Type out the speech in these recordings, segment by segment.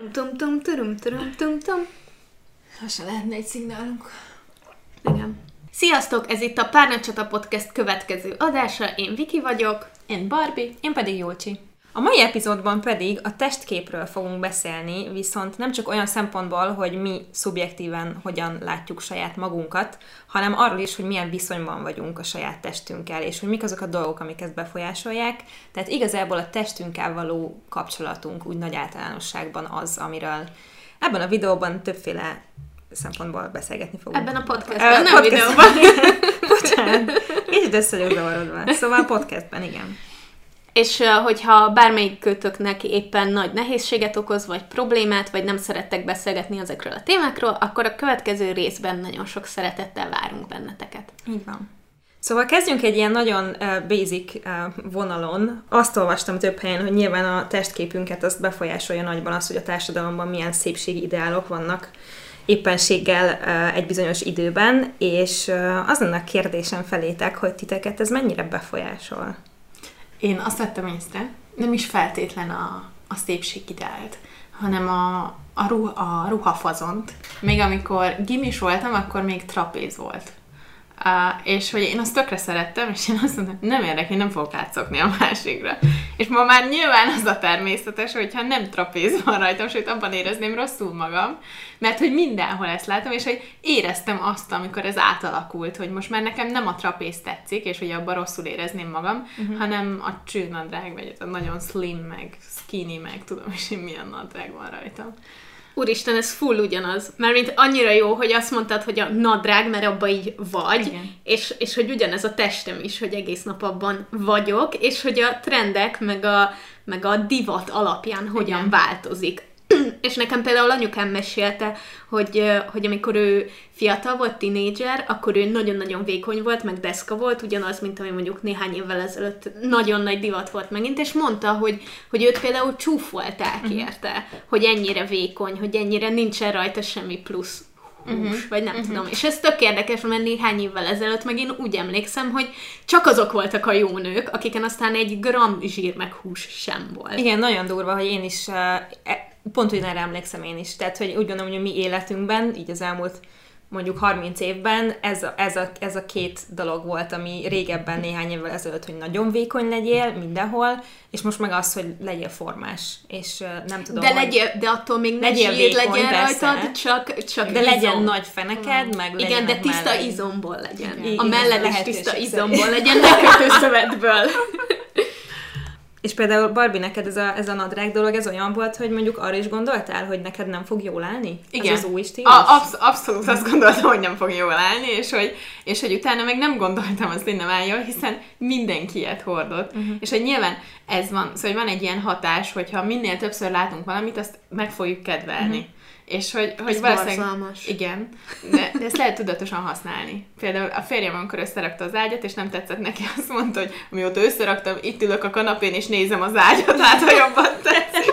Tum-tum-turum-turum-tum-tum. Ha se lehetne egy szignálunk. Igen. Sziasztok, ez itt a Párnacsata Podcast következő adása. Én Viki vagyok. Én Barbie. Én pedig Júlcsi. A mai epizódban pedig a testképről fogunk beszélni, viszont nem csak olyan szempontból, hogy mi szubjektíven hogyan látjuk saját magunkat, hanem arról is, hogy milyen viszonyban vagyunk a saját testünkkel, és hogy mik azok a dolgok, amik ezt befolyásolják. Tehát igazából a testünkkel való kapcsolatunk úgy nagy általánosságban az, amiről ebben a videóban többféle szempontból beszélgetni fogunk. Ebben a podcastben, nem videóban. Bocsánat, kicsit össze vagyok zavarodva. Szóval podcastben, igen. És hogyha bármelyik kötöknek éppen nagy nehézséget okoz, vagy problémát, vagy nem szerettek beszélgetni ezekről a témákról, akkor a következő részben nagyon sok szeretettel várunk benneteket. Így van. Szóval kezdjünk egy ilyen nagyon basic vonalon. Azt olvastam több helyen, hogy nyilván a testképünket azt befolyásolja nagyban az, hogy a társadalomban milyen szépségi ideálok vannak éppenséggel egy bizonyos időben, és az lenne a kérdésem felétek, hogy titeket ez mennyire befolyásol? Én azt vettem észre, nem is feltétlen a szépségideált, hanem a ruhafazont. Még amikor gimis voltam, akkor még trapéz volt. És hogy én azt tökre szerettem, és én azt mondtam, nem érdekel, én nem fogok átszokni a másikra. És ma már nyilván az a természetes, hogyha nem trapéz van rajtam, sőt abban érezném rosszul magam, mert hogy mindenhol ezt látom, és hogy éreztem azt, amikor ez átalakult, hogy most már nekem nem a trapéz tetszik, és hogy abban rosszul érezném magam, hanem a csőnadrág, vagy a nagyon slim, meg skinny, meg tudom is én milyen nadrág van rajtam. Úristen, ez full ugyanaz. Mert annyira jó, hogy azt mondtad, hogy a nadrág, mert abban így vagy, és hogy ugyanez a testem is, hogy egész nap abban vagyok, és hogy a trendek, meg a divat alapján hogyan változik. És nekem például anyukám mesélte, hogy amikor ő fiatal volt, tínédzser, akkor ő nagyon-nagyon vékony volt, meg deszka volt, ugyanaz, mint ami mondjuk néhány évvel ezelőtt nagyon nagy divat volt megint, és mondta, hogy őt például csúfolták érte, hogy ennyire vékony, hogy ennyire nincsen rajta semmi plusz hús, vagy nem tudom. És ez tök érdekes, mert néhány évvel ezelőtt meg én úgy emlékszem, hogy csak azok voltak a jó nők, akiken aztán egy gram zsír meg hús sem volt. Igen, nagyon durva, hogy én is pont ugyanerre emlékszem én is. Tehát, hogy úgy gondolom, hogy a mi életünkben, így az elmúlt mondjuk 30 évben ez a két dolog volt, ami régebben néhány évvel ezelőtt, hogy nagyon vékony legyél mindenhol, és most meg az, hogy legyél formás, és nem tudom, de attól még ne zsír legyen rajtad, csak de legyen nagy feneked, meg legyen. Igen, de tiszta izomból legyen. Igen, a melled is lehetőség tiszta izomból legyen, ne kötőszövetből. És például Barbie, neked ez a nadrág dolog, ez olyan volt, hogy mondjuk arra is gondoltál, hogy neked nem fog jól állni? Igen. Ez az új stílus? Abszolút azt gondoltam, hogy nem fog jól állni, és hogy utána meg nem gondoltam azt, hogy nem áll jól, hiszen mindenki ilyet hordott. És hogy nyilván ez van, szóval van egy ilyen hatás, hogyha minél többször látunk valamit, azt meg fogjuk kedvelni. És hogy borzalmas. Igen, de ezt lehet tudatosan használni. Például a férjem, amikor összerakta az ágyat, és nem tetszett neki, azt mondta, hogy amióta összeraktam, itt ülök a kanapén, és nézem az ágyat, hát ha jobban tetszik.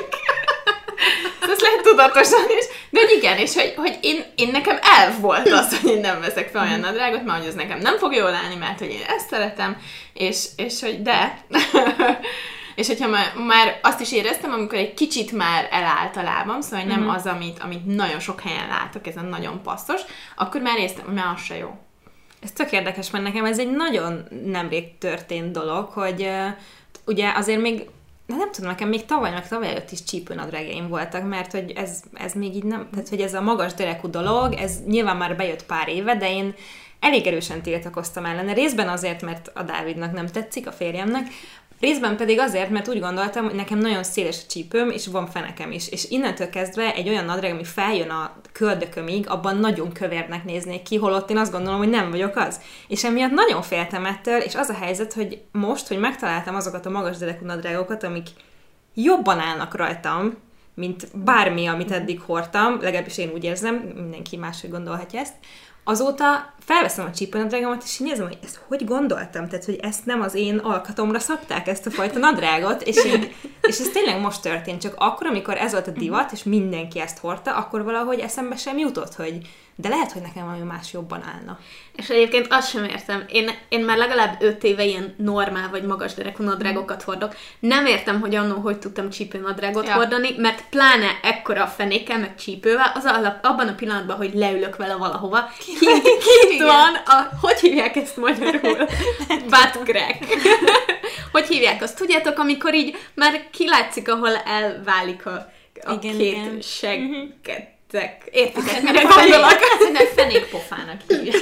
Ezt lehet tudatosan is. De hogy igen, és hogy én nekem elv volt az, hogy én nem veszek fel olyan nadrágot, mert hogy ez nekem nem fog jól állni, mert hogy én ezt szeretem, és hogy de... És hogyha már azt is éreztem, amikor egy kicsit már elállt a lábam, szóval nem az, amit nagyon sok helyen látok, ez a nagyon passzos, akkor már éreztem, hogy már az se jó. Ez tök érdekes, mert nekem ez egy nagyon nemrég történt dolog, hogy ugye azért még, nem tudom, nekem még tavaly előtt is csípőnadrágjaim voltak, mert hogy ez még így nem, tehát hogy ez a magas derekú dolog, ez nyilván már bejött pár éve, de én elég erősen tiltakoztam ellene. Részben azért, mert a Dávidnak nem tetszik, a férjemnek, részben pedig azért, mert úgy gondoltam, hogy nekem nagyon széles a csípőm, és van fenekem is. És innentől kezdve egy olyan nadrág, ami feljön a köldökömig, abban nagyon kövérnek néznék ki, holott én azt gondolom, hogy nem vagyok az. És emiatt nagyon féltem ettől, és az a helyzet, hogy most, hogy megtaláltam azokat a magas derekú nadrágokat, amik jobban állnak rajtam, mint bármi, amit eddig hordtam, legalábbis én úgy érzem, mindenki máshogy gondolhatja ezt, azóta felveszem a csípőnadrágomat, és így nézem, hogy ezt hogy gondoltam? Tehát, hogy ezt nem az én alkatomra szabták, ezt a fajta nadrágot, és ez tényleg most történt. Csak akkor, amikor ez volt a divat, és mindenki ezt hordta, akkor valahogy eszembe sem jutott, hogy de lehet, hogy nekem valami más jobban állna. És egyébként azt sem értem. Én már legalább 5 éve ilyen normál vagy magas derekú nadrágokat hordok. Nem értem, hogy annól hogy tudtam csípőnadrágot hordani, mert pláne ekkora a fenékkel, meg csípővel, abban a pillanatban, hogy leülök vele valahova, kint van hogy hívják ezt magyarul? Butt crack. Hogy hívják azt? Tudjátok, amikor így már kilátszik, ahol elválik a két segget. Értitek, mire gondolok? Szerintem fenékpofának hívják.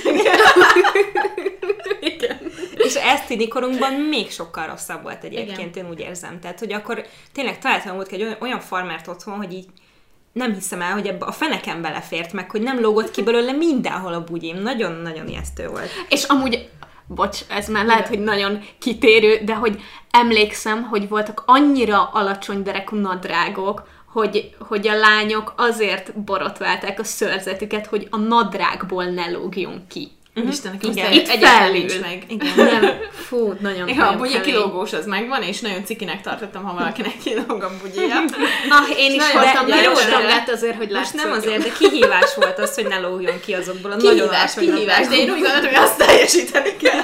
Igen. És ez tinikorunkban még sokkal rosszabb volt egyébként, én úgy érzem. Tehát, hogy akkor tényleg találtam volt egy olyan farmert otthon, hogy így nem hiszem el, hogy ebbe a fenekem belefért meg, hogy nem lógott ki belőle mindenhol a bugyim. Nagyon-nagyon ijesztő volt. És amúgy, bocs, ez már lehet, hogy nagyon kitérő, de hogy emlékszem, hogy voltak annyira alacsony derekú nadrágok, hogy a lányok azért borotválták a szőrzetüket, hogy a nadrágból ne lógjon ki. Istenek, igen, itt felül. Meg. Igen, nem. Fú, nagyon a bugyi kilógós az megvan, és nagyon cikinek tartottam, ha valakinek kilóg a bugyija. Én is voltam nagyon strongát azért, hogy most nem azért, de kihívás volt az, hogy ne lógjon ki azokból a nagyon kihívás, de én úgy gondolom, hogy azt teljesíteni kell.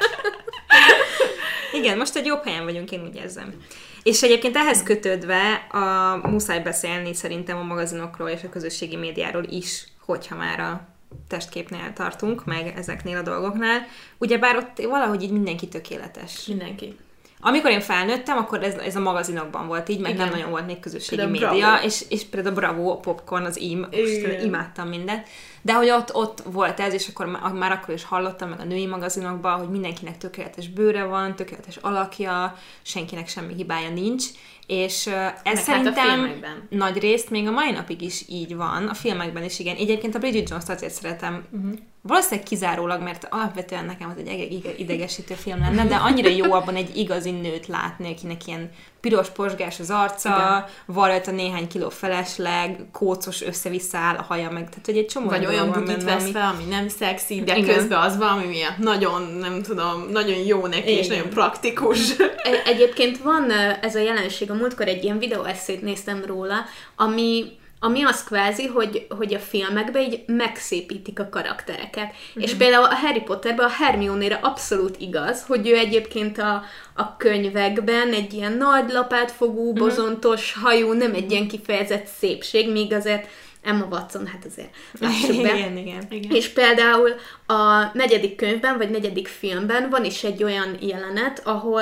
Igen, most egy jobb helyen vagyunk, én úgy érzem. És egyébként ehhez kötődve muszáj beszélni szerintem a magazinokról és a közösségi médiáról is, hogyha már a testképnél tartunk, meg ezeknél a dolgoknál. Ugyebár ott valahogy így mindenki tökéletes. Mindenki. Amikor én felnőttem, akkor ez a magazinokban volt így, meg nem nagyon volt még közösségi média, és például Bravo, a Popcorn, az imádtam mindent. De hogy ott volt ez, és akkor már akkor is hallottam meg a női magazinokban, hogy mindenkinek tökéletes bőre van, tökéletes alakja, senkinek semmi hibája nincs, és ez szerintem nagy részt még a mai napig is így van, a filmekben is igen. Egyébként a Bridget Jones-t azért szeretem, valószínűleg kizárólag, mert alapvetően nekem az egy idegesítő film lenne, de annyira jó abban egy igazi nőt látni, akinek ilyen piros posgás az arca, van rajta néhány kiló felesleg, kócos össze-vissza áll a haja meg, tehát hogy egy csomó vagy olyan bugyit vesz fel, ami nem szexi, de közben az valami miatt nagyon, nem tudom, nagyon jó neki, és nagyon praktikus. Egyébként van ez a jelenség, a múltkor egy ilyen videóesszét néztem róla, ami az kvázi, hogy a filmekben így megszépítik a karaktereket. És például a Harry Potterben a Hermione-re abszolút igaz, hogy ő egyébként a könyvekben egy ilyen nagy lapátfogú, bozontos hajú, nem egy ilyen kifejezett szépség, míg azért Emma Watson, hát azért lássuk be. Igen. És például a 4. könyvben, vagy 4. filmben van is egy olyan jelenet,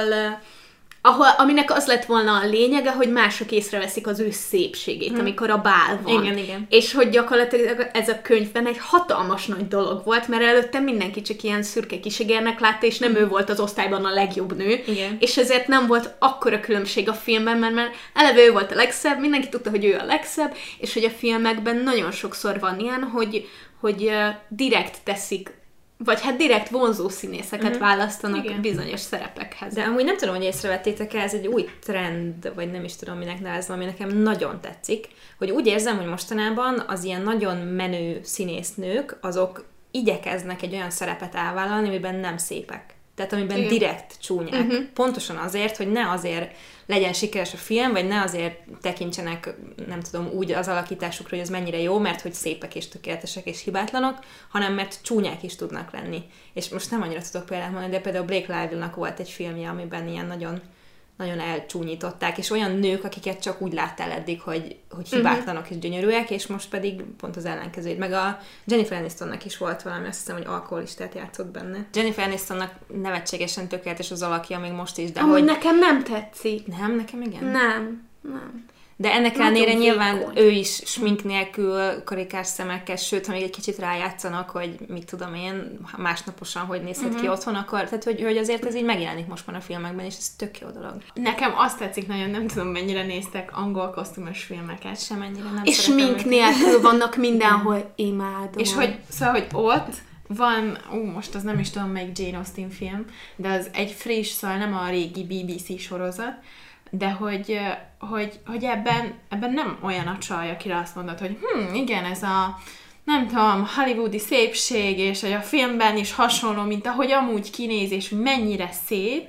aminek az lett volna a lényege, hogy mások észreveszik az ő szépségét, amikor a bál van. Igen. És hogy gyakorlatilag ez a könyvben egy hatalmas nagy dolog volt, mert előtte mindenki csak ilyen szürke kisegérnek látta, és nem ő volt az osztályban a legjobb nő. Igen. És ezért nem volt akkora különbség a filmben, mert eleve ő volt a legszebb, mindenki tudta, hogy ő a legszebb, és hogy a filmekben nagyon sokszor van ilyen, hogy direkt teszik, vagy hát direkt vonzó színészeket választanak bizonyos szerepekhez. De amúgy nem tudom, hogy észrevettétek-e, ez egy új trend, vagy nem is tudom, minek nevezem, ami nekem nagyon tetszik, hogy úgy érzem, hogy mostanában az ilyen nagyon menő színésznők, azok igyekeznek egy olyan szerepet elvállalni, amiben nem szépek. Tehát amiben direkt csúnyák. Pontosan azért, hogy ne azért legyen sikeres a film, vagy ne azért tekintsenek, nem tudom, úgy az alakításukra, hogy ez mennyire jó, mert hogy szépek és tökéletesek és hibátlanok, hanem mert csúnyák is tudnak lenni. És most nem annyira tudok példát mondani, de például Blake Lively-nak volt egy filmje, amiben ilyen nagyon, nagyon elcsúnyították, és olyan nők, akiket csak úgy láttál eddig, hogy hibátlanok és gyönyörűek, és most pedig pont az ellenkezőjét. Meg a Jennifer Anistonnak is volt valami, azt hiszem, hogy alkoholistát játszott benne. Jennifer Anistonnak nevetségesen tökéletes az alakja még most is, de hogy... nekem nem tetszik. Nem, nekem igen? Nem. De ennek ellenére nyilván ő is smink nélkül, karikás szemekkel, sőt, ha még egy kicsit rájátszanak, hogy mit tudom én, másnaposan hogy nézhet ki otthon, akkor, tehát hogy azért ez így megjelenik most már a filmekben, és ez tök jó dolog. Nekem azt tetszik nagyon, nem tudom mennyire néztek angol kosztümös filmeket. Semennyire nem. És smink nélkül vannak mindenhol, imádom. És hogy ott van, most az nem is tudom melyik Jane Austen film, de az egy friss, szóval nem a régi BBC sorozat, de hogy ebben nem olyan a csaj, akire azt mondod, hogy igen, ez a nem tudom, hollywoodi szépség, és hogy a filmben is hasonló, mint ahogy amúgy kinéz, és hogy mennyire szép,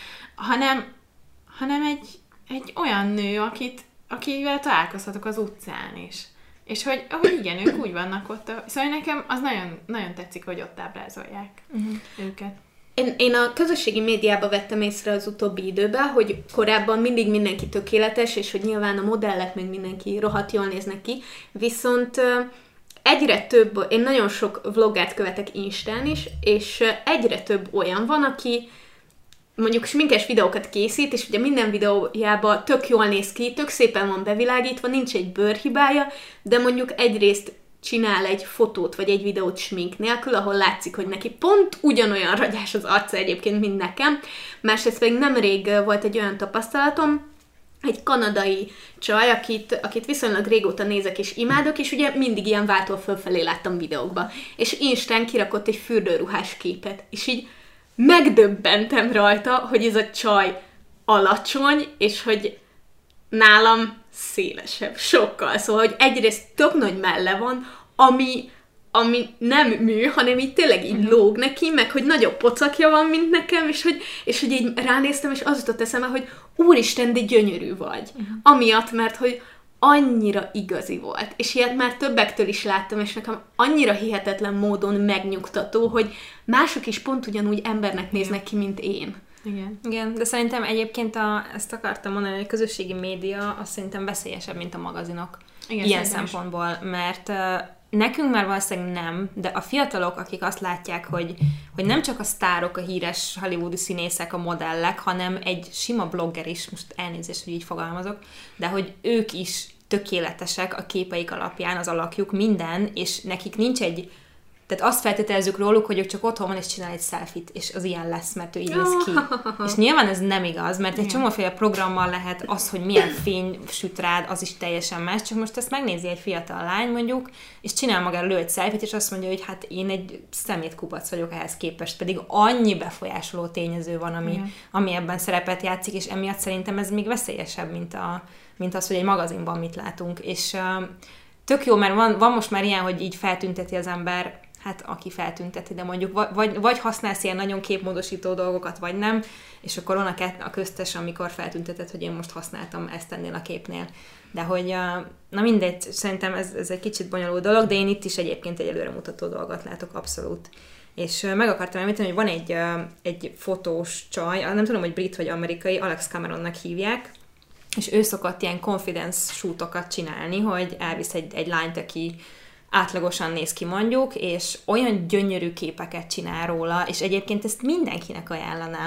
hanem egy olyan nő, akivel találkozhatok az utcán is. És hogy igen, ők úgy vannak ott. Szóval nekem az nagyon, nagyon tetszik, hogy ott ábrázolják őket. Én a közösségi médiában vettem észre az utóbbi időben, hogy korábban mindig mindenki tökéletes, és hogy nyilván a modellek meg mindenki rohadt jól néznek ki, viszont egyre több, én nagyon sok vloggát követek Instán is, és egyre több olyan van, aki mondjuk sminkes videókat készít, és ugye minden videójában tök jól néz ki, tök szépen van bevilágítva, nincs egy bőrhibája, de mondjuk egyrészt csinál egy fotót, vagy egy videót smink nélkül, ahol látszik, hogy neki pont ugyanolyan ragyás az arca egyébként, mint nekem. Másrészt pedig nemrég volt egy olyan tapasztalatom, egy kanadai csaj, akit viszonylag régóta nézek és imádok, és ugye mindig ilyen váltól fölfelé láttam videókba. És Instán kirakott egy fürdőruhás képet, és így megdöbbentem rajta, hogy ez a csaj alacsony, és hogy nálam szélesebb, sokkal. Szóval, hogy egyrészt tök nagy melle van, ami nem mű, hanem így tényleg így lóg neki, meg hogy nagyobb pocakja van, mint nekem, és hogy így ránéztem, és az jutott eszembe, hogy úristen, de gyönyörű vagy. Amiatt, mert hogy annyira igazi volt. És ilyet már többektől is láttam, és nekem annyira hihetetlen módon megnyugtató, hogy mások is pont ugyanúgy embernek néznek ki, mint én. Igen, de szerintem egyébként ezt akartam mondani, hogy a közösségi média az szerintem veszélyesebb, mint a magazinok. Igen, ilyen szempontból, mert nekünk már valószínűleg nem, de a fiatalok, akik azt látják, hogy nem csak a sztárok, a híres hollywoodi színészek, a modellek, hanem egy sima blogger is, most elnézést, hogy így fogalmazok, de hogy ők is tökéletesek a képeik alapján, az alakjuk, minden, és nekik nincs tehát azt feltételezzük róluk, hogy ők csak otthon van és csinál egy selfie-t, és az ilyen lesz, mert ő így néz ki. És nyilván ez nem igaz, mert egy csomóféle programmal lehet az, hogy milyen fény süt rád, az is teljesen más, csak most ezt megnézi egy fiatal lány mondjuk, és csinál magáról egy selfie-t, és azt mondja, hogy hát én egy szemétkupac vagyok ehhez képest, pedig annyi befolyásoló tényező van, ami ebben szerepet játszik, és emiatt szerintem ez még veszélyesebb, mint az, hogy egy magazinban mit látunk. És tök jó, mert van most már ilyen, hogy így feltünteti az ember, hát aki feltünteti, de mondjuk vagy használsz ilyen nagyon képmódosító dolgokat, vagy nem, és akkor van a köztes, amikor feltünteted, hogy én most használtam ezt ennél a képnél. De hogy, na mindegy, szerintem ez egy kicsit bonyolult dolog, de én itt is egyébként egy előremutató dolgot látok, abszolút. És meg akartam említeni, hogy van egy fotós csaj, nem tudom, hogy brit vagy amerikai, Alex Cameronnak hívják, és ő szokott ilyen confidence shootokat csinálni, hogy elvisz egy lányt, aki átlagosan néz ki mondjuk, és olyan gyönyörű képeket csinál róla, és egyébként ezt mindenkinek ajánlanám,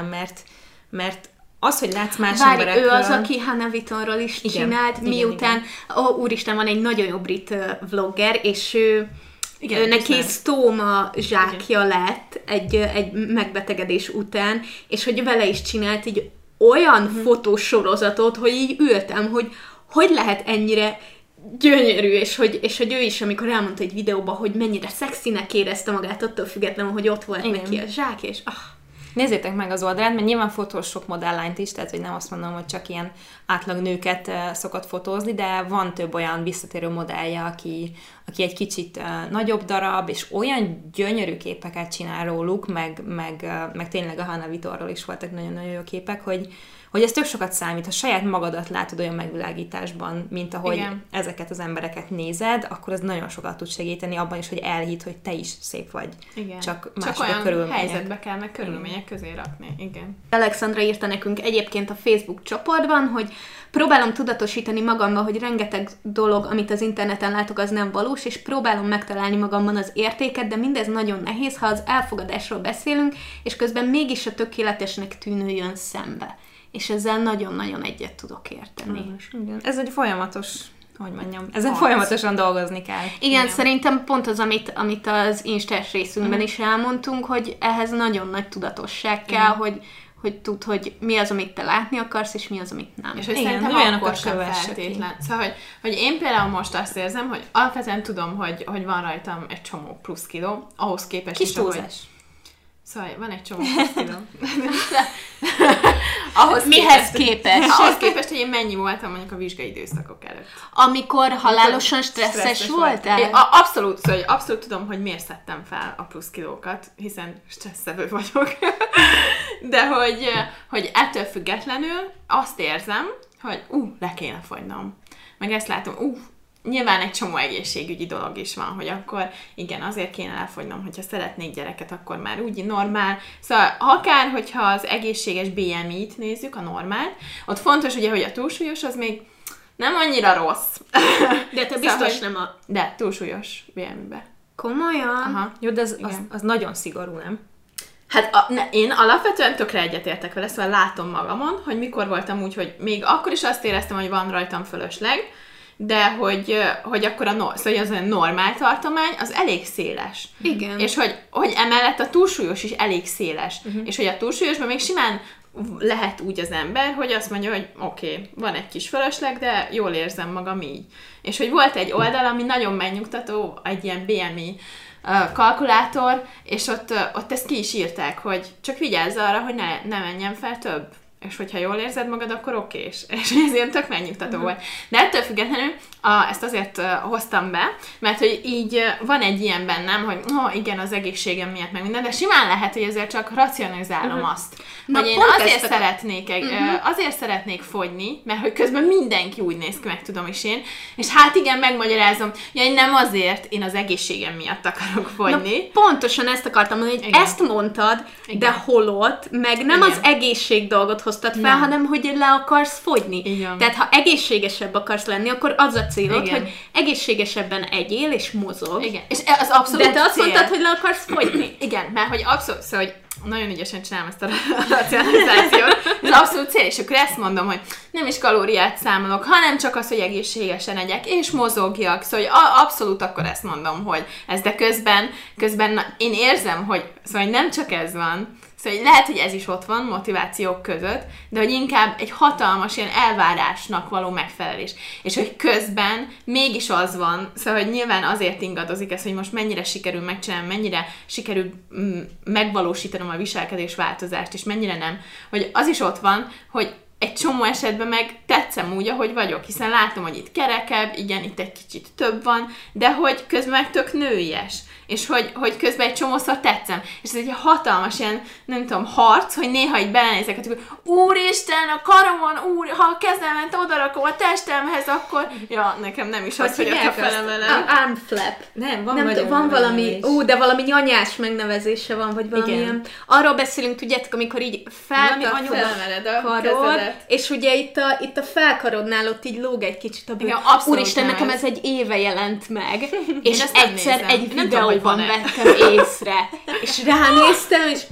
mert az, hogy látsz más emberekről... ő az, aki Hannah Wittonról is csinált, miután... úristen, van egy nagyon jó brit vlogger, és ő neki sztóma zsákja lett egy megbetegedés után, és hogy vele is csinált így olyan fotósorozatot, hogy így ültem, hogy lehet ennyire gyönyörű, és hogy ő is, amikor elmondta egy videóban, hogy mennyire szexinek érezte magát, attól függetlenül, hogy ott volt neki a zsák, és Nézzétek meg az oldalát, mert nyilván fotós sok modelllányt is, tehát hogy nem azt mondom, hogy csak ilyen átlag nőket szokott fotózni, de van több olyan visszatérő modellje, aki egy kicsit nagyobb darab, és olyan gyönyörű képeket csinál róluk, meg tényleg a Hannah Wittonról is voltak nagyon-nagyon jó képek, hogy ez tök sokat számít. Ha saját magadat látod olyan megvilágításban, mint ahogy ezeket az embereket nézed, akkor ez nagyon sokat tud segíteni abban is, hogy elhidd, hogy te is szép vagy. Igen. Csak olyan körülmények. helyzetbe kell meg körülmények közé rakni. Igen. Alexandra írta nekünk egyébként a Facebook csoportban, hogy próbálom tudatosítani magamban, hogy rengeteg dolog, amit az interneten látok, az nem valós, és próbálom megtalálni magamban az értéket, de mindez nagyon nehéz, ha az elfogadásról beszélünk, és közben mégis a tökéletesnek tűnő jön szembe. És ezzel nagyon-nagyon egyet tudok érteni. Igen. Ez egy folyamatos, ezen folyamatosan dolgozni kell. Igen, szerintem pont az, amit az Instás részünkben is elmondtunk, hogy ehhez nagyon nagy tudatosság kell, hogy tudd, hogy mi az, amit te látni akarsz, és mi az, amit nem. És hogy szerintem akkor sem feltétlen. Szóval, hogy én például most azt érzem, hogy alapvetően tudom, hogy van rajtam egy csomó plusz kiló, ahhoz képest kis túlzás. Szóval van egy csomó kilóm. Mihez képest? Ahhoz képest, hogy én mennyi voltam mondjuk a vizsgai időszakok előtt. Amikor halálosan stresszes voltál? Abszolút, szóval abszolút tudom, hogy miért szedtem fel a plusz kilókat, hiszen stresszevő vagyok. De hogy ettől függetlenül azt érzem, hogy le kéne fogynom. Meg ezt látom, nyilván egy csomó egészségügyi dolog is van, hogy akkor igen, azért kéne lefogynom, hogyha szeretnék gyereket, akkor már úgy normál. Szóval akár, hogyha az egészséges BMI-t nézzük, a normált, ott fontos ugye, hogy a túlsúlyos az még nem annyira rossz. De te biztos nem a... De túlsúlyos BMI-be. Komolyan? Aha. Jó, de az nagyon szigorú, nem? Hát én alapvetően tökre egyetértek vele, szóval látom magamon, hogy mikor voltam úgy, hogy még akkor is azt éreztem, hogy van rajtam fölösleg, de hogy akkor szóval az olyan normál tartomány, az elég széles. Igen. És hogy emellett a túlsúlyos is elég széles. És hogy a túlsúlyosban még simán lehet úgy az ember, hogy azt mondja, hogy oké, van egy kis fölösleg, de jól érzem magam így. És hogy volt egy oldal, ami nagyon megnyugtató, egy ilyen BMI kalkulátor, és ott ezt ki is írták, hogy csak vigyázz arra, hogy ne menjen fel több. És hogyha jól érzed magad, akkor oké. És ez ilyen tök megnyugtató volt. De ettől függetlenül ezt azért hoztam be, mert hogy így van egy ilyen bennem, hogy igen, az egészségem miatt meg minden, de simán lehet, hogy ezért csak racionalizálom azt, hogy én azért szeretnék fogyni, mert hogy közben mindenki úgy néz ki, meg tudom is én, és hát igen, megmagyarázom, én nem azért, én az egészségem miatt akarok fogyni. Na, pontosan ezt akartam mondani, hogy ezt mondtad, de holott, meg nem az egészség dolgot hoztad fel, hanem hogy le akarsz fogyni. Igen. Tehát ha egészségesebb akarsz lenni, akkor az a célod, hogy egészségesebben egyél és mozog. Igen. És az abszolút de te azt cél. mondtad, hogy le akarsz fogyni. Igen, mert hogy abszolút, szóval, hogy nagyon ügyesen csinálom ezt a racionalizációt, ez abszolút cél, és akkor ezt mondom, hogy nem is kalóriát számolok, hanem csak az, hogy egészségesen egyek, és mozogjak, szóval hogy abszolút akkor ezt mondom, hogy ez, de közben én érzem, hogy szóval nem csak ez van, szóval lehet, hogy ez is ott van motivációk között, de hogy inkább egy hatalmas ilyen elvárásnak való megfelelés. És hogy közben mégis az van, szóval hogy nyilván azért ingadozik ez, hogy most mennyire sikerül megcsinálni, mennyire sikerül megvalósítanom a viselkedésváltozást, és mennyire nem. Hogy az is ott van, hogy egy csomó esetben meg tetszem úgy, ahogy vagyok, hiszen látom, hogy itt kerekebb, igen, itt egy kicsit több van, de hogy közben meg tök nőies. És hogy közben egy csomószor tetszem. És ez egy hatalmas ilyen, nem tudom, harc, hogy néha így belenézek, hogy úristen, a karomon, ha a kezemet odarakom a testemhez, akkor... Ja, nekem nem is az, hogy ott a felemelem. Arm flap. Nem, van valami, de valami nyanyás megnevezése van, vagy valamilyen. Arról beszélünk, tudjátok, amikor így felkapod a karod, és ugye itt a felkarodnál ott így lóg egy kicsit a bőr. Úristen, nekem ez egy éve jelent meg, és egyszer egy videóban vettem észre, és ránéztem, és...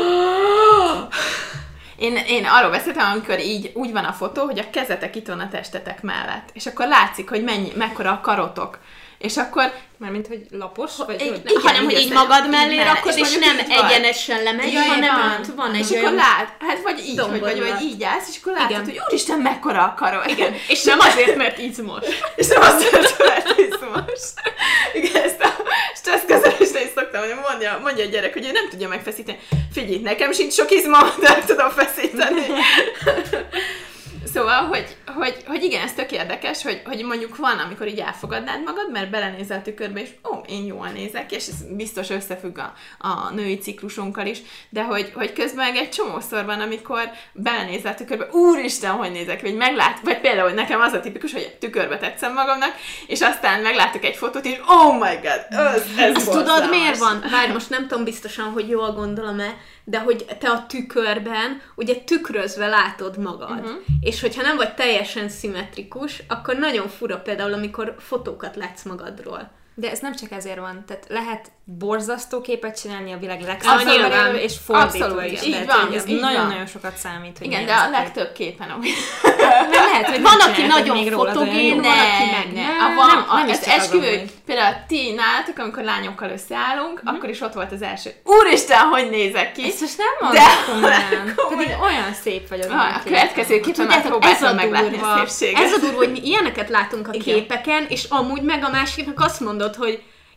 Én arról beszéltem, amikor így úgy van a fotó, hogy a kezetek itt van a testetek mellett, és akkor látszik, hogy mekkora a karotok. És akkor... Mármint, hogy lapos? Vagy igen, hanem, hogy így magad mellé rakod, és nem egyenesen lemegy, hanem ott van egy és akkor hát vagy így, vagy így állsz, és akkor látod, hogy úristen, mekkora a karol. Igen. És nem azért, mert izmos. És nem azért, mert izmos. Igen, ezt a stresszkezelésre is szoktam, hogy mondja a gyerek, hogy ő nem tudja megfeszíteni. Figyelj, nekem sincs sok izmom, de el tudom feszíteni. Szóval, hogy igen, ez tök érdekes, hogy mondjuk van, amikor így elfogadnád magad, mert belenézel a tükörbe, és én jól nézek, és ez biztos összefügg a női ciklusunkkal is, de hogy közben meg egy csomószor van, amikor belenézel a tükörbe, úristen, hogy nézek, vagy vagy például nekem az a tipikus, hogy tükörbe tetszem magamnak, és aztán meglátok egy fotót, és oh my god, ez azt tudod, miért van? Várj, most nem tudom biztosan, hogy jól gondolom-e, de hogy te a tükörben ugye tükrözve látod magad. És hogyha nem vagy teljesen szimmetrikus, akkor nagyon fura például, amikor fotókat látsz magadról. De ez nem csak ezért van. Tehát lehet borzasztó képet csinálni a világ legszebb és fordítva is. Így van, ez nagyon-nagyon sokat számít. Hogy igen, de a legtöbb képen amúgy. Lehet, hogy van, aki nagyon fotogén, van, aki meg nem. Ez esküvő, például ti nálatok, amikor lányokkal összeállunk, akkor is ott volt az első. Úristen, hogy nézek ki! Ezt most nem mondom komolyan. Pedig olyan szép vagy az. A következő képen már próbáltam meglátni a szépséget. Ez a durva, hogy mi ilyeneket látunk a képeken, és amúgy meg a másiknak azt mondod, hogy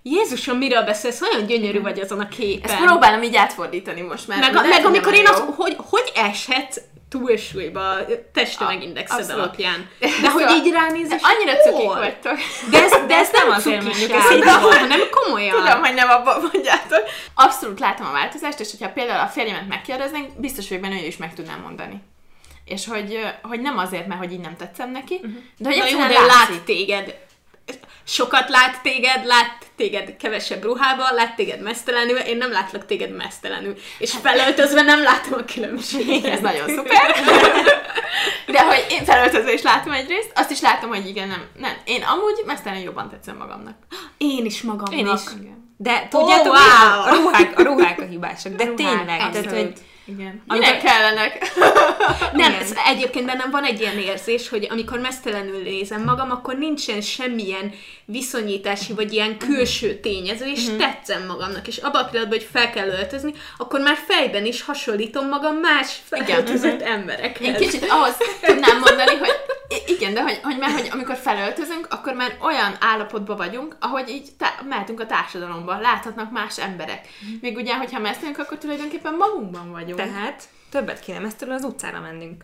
Jézusom, miről beszélsz? Olyan gyönyörű vagy azon a képen. Ezt próbálom így átfordítani most már. Meg amikor én azt, hogy eshetsz túlsúlyba a testtömegindexed alapján. De hogy így ránézés, annyira cukik vagytok. De ezt nem azért mondjuk, hanem komolyan. Tudom, hogy nem abban mondjátok. Abszolút látom a változást, és hogyha például a férjemet megkérdeznénk, biztos vagyok benne, hogy ő is meg tudnám mondani. És hogy nem azért, mert hogy így nem tetszem neki, de hogy egyszerűen lát téged. Sokat lát téged kevesebb ruhában, lát téged mesztelenül, én nem látlak téged mesztelenül. És felöltözve nem látom a különbséget. Ez nagyon szuper. De hogy én felöltözve is látom egyrészt, azt is látom, hogy igen, nem. Én amúgy mesztelenül jobban tetszem magamnak. Én is magamnak. Én is. De tudjátok, a ruhák a hibásak, de tényleg. Tehát, hogy igen. Minek kellenek? Nem, egyébként bennem van egy ilyen érzés, hogy amikor mesztelenül nézem magam, akkor nincsen semmilyen viszonyítási, vagy ilyen külső tényező, és tetszem magamnak. És abban a pillanatban, hogy fel kell öltözni, akkor már fejben is hasonlítom magam más felöltözött emberekhez. Én kicsit ahhoz tudnám mondani, hogy igen, de hogy amikor felöltözünk, akkor már olyan állapotban vagyunk, ahogy így mehetünk a társadalomba, láthatnak más emberek. Még ugye, hogyha mesztelünk, akkor tulajdonképpen magunkban vagyunk. Tehát többet kéne mesztelenül az utcára mennünk.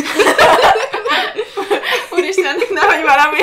Úristen, nehogy valami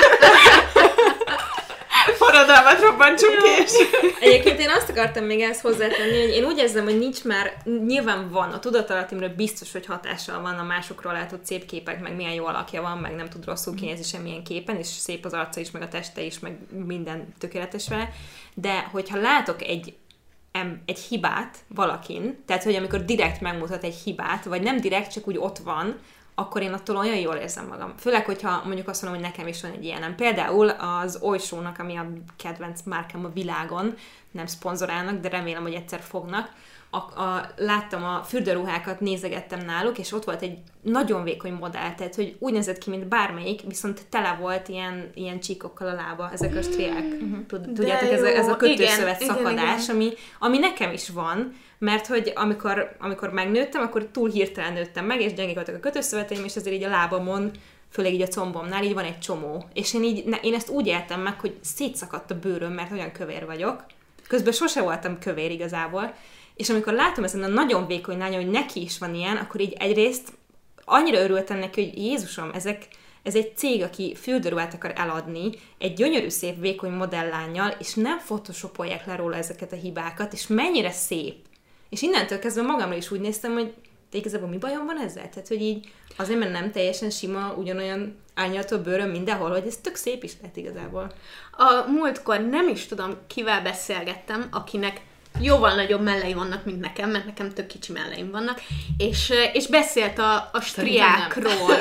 forradalmat robbantsunk ki. Egyébként én azt akartam még ezt hozzátenni, hogy én úgy érzem, hogy nincs már, nyilván van, a tudatalattimről biztos, hogy hatással van a másokról látott szép képek, meg milyen jó alakja van, meg nem tud rosszul kinézni semmilyen képen, és szép az arca is, meg a teste is, meg minden tökéletes vele. De hogyha látok egy hibát valakin, tehát hogy amikor direkt megmutat egy hibát, vagy nem direkt, csak úgy ott van, akkor én attól olyan jól érzem magam. Főleg, hogyha mondjuk azt mondom, hogy nekem is van egy ilyenem. Például az Oysónak, ami a kedvenc márkám a világon, nem szponzorálnak, de remélem, hogy egyszer fognak. Láttam a fürdőruhákat, nézegettem náluk, és ott volt egy nagyon vékony modell, tehát hogy úgy nézett ki, mint bármelyik, viszont tele volt ilyen csíkokkal a lába, ezek a striák. Tudjátok, ez a kötőszövet szakadás, igen. Ami nekem is van, mert hogy amikor megnőttem, akkor túl hirtelen nőttem meg, és gyengék voltak a kötőszöveteim, és azért így a lábamon, főleg így a combomnál, így van egy csomó. És én ezt úgy éltem meg, hogy szétszakadt a bőröm, mert olyan kövér vagyok. Közben sose voltam kövér igazából. És amikor látom ezen a nagyon vékony lányon, hogy neki is van ilyen, akkor így egyrészt annyira örültem neki, hogy Jézusom, ez egy cég, aki fürdőruhát akar eladni, egy gyönyörű szép vékony modellánnyal, és nem photoshopolják le róla ezeket a hibákat, és mennyire szép. És innentől kezdve magamra is úgy néztem, hogy de igazából mi bajom van ezzel? Tehát, hogy így azért, mert nem teljesen sima, ugyanolyan árnyaltó bőröm mindenhol, hogy ez tök szép is lett igazából. A múltkor nem is tudom, kivel beszélgettem, akinek jóval nagyobb mellei vannak, mint nekem, mert nekem tök kicsi melleim vannak, és beszélt a striákról.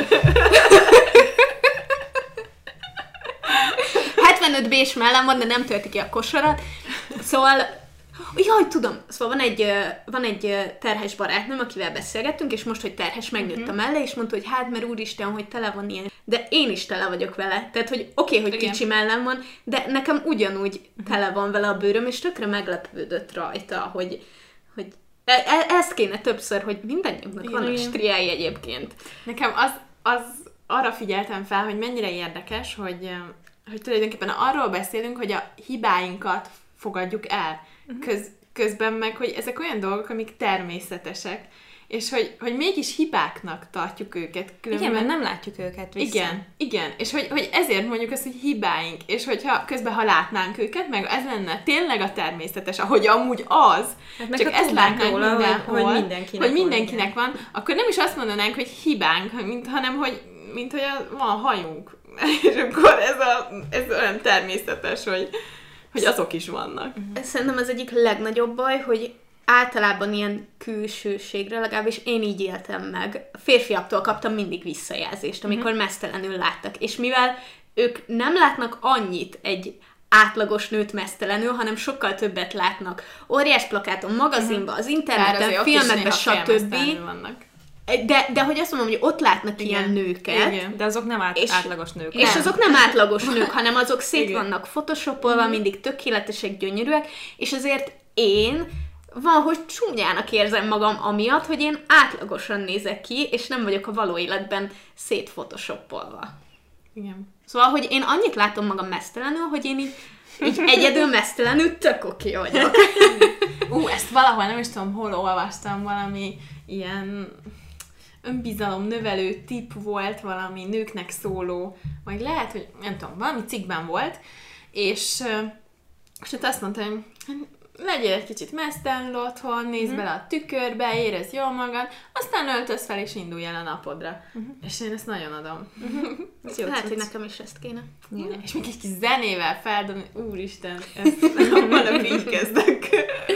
75 B-s mellem van, de nem tölti ki a kosarat. Szóval jaj, tudom, szóval van egy terhes barátnőm, akivel beszélgettünk, és most, hogy terhes, megnőtt a melle, és mondta, hogy hát, mert úristen, hogy tele van ilyen. De én is tele vagyok vele. Tehát, hogy oké, hogy kicsi mellem van, de nekem ugyanúgy tele van vele a bőröm, és tökre meglepődött rajta, hogy ezt kéne többször, hogy mindannyiunknak vannak striái egyébként. Nekem az arra figyeltem fel, hogy mennyire érdekes, hogy tulajdonképpen arról beszélünk, hogy a hibáinkat fogadjuk el. Közben meg, hogy ezek olyan dolgok, amik természetesek, és hogy mégis hibáknak tartjuk őket. Igen, mert nem látjuk őket vissza. Igen, és hogy ezért mondjuk azt, hogy hibáink, és hogyha közben, ha látnánk őket, meg ez lenne tényleg a természetes, ahogy amúgy az, hát csak ezt látnánk róla, mindenhol, hogy mindenkinek van, akkor nem is azt mondanánk, hogy hibánk, hanem hogy van hajunk. És akkor ez olyan természetes, hogy azok is vannak. Szerintem az egyik legnagyobb baj, hogy általában ilyen külsőségre, legalábbis én így éltem meg. A férfiaktól kaptam mindig visszajelzést, amikor mesztelenül láttak. És mivel ők nem látnak annyit egy átlagos nőt mesztelenül, hanem sokkal többet látnak óriás plakáton, magazinban, az interneten, filmekben, stb. De hogy azt mondom, hogy ott látnak ilyen nőket. Igen. De azok nem átlagos nők. És azok nem átlagos nők, hanem azok szét vannak photoshopolva, mindig tökéletesek, gyönyörűek, és azért én van, hogy csúnyának érzem magam amiatt, hogy én átlagosan nézek ki, és nem vagyok a való életben szétphotoshopolva. Igen. Szóval, hogy én annyit látom magam meztelenül, hogy én így egyedül meztelenül tök oké vagyok. Ezt valahol, nem is tudom, hol olvastam, valami ilyen önbizalom növelő tipp volt, valami nőknek szóló, vagy lehet, hogy nem tudom, valami cikkben volt, és ott azt mondta, hogy legyél egy kicsit meztelenül otthon, nézd bele a tükörbe, érezd jól magad, aztán öltöz fel és indulj el a napodra. És én ezt nagyon adom. Lehet, hogy nekem is ezt kéne. És még egy kis zenével feldobni, úristen, ezt valami így kezdek.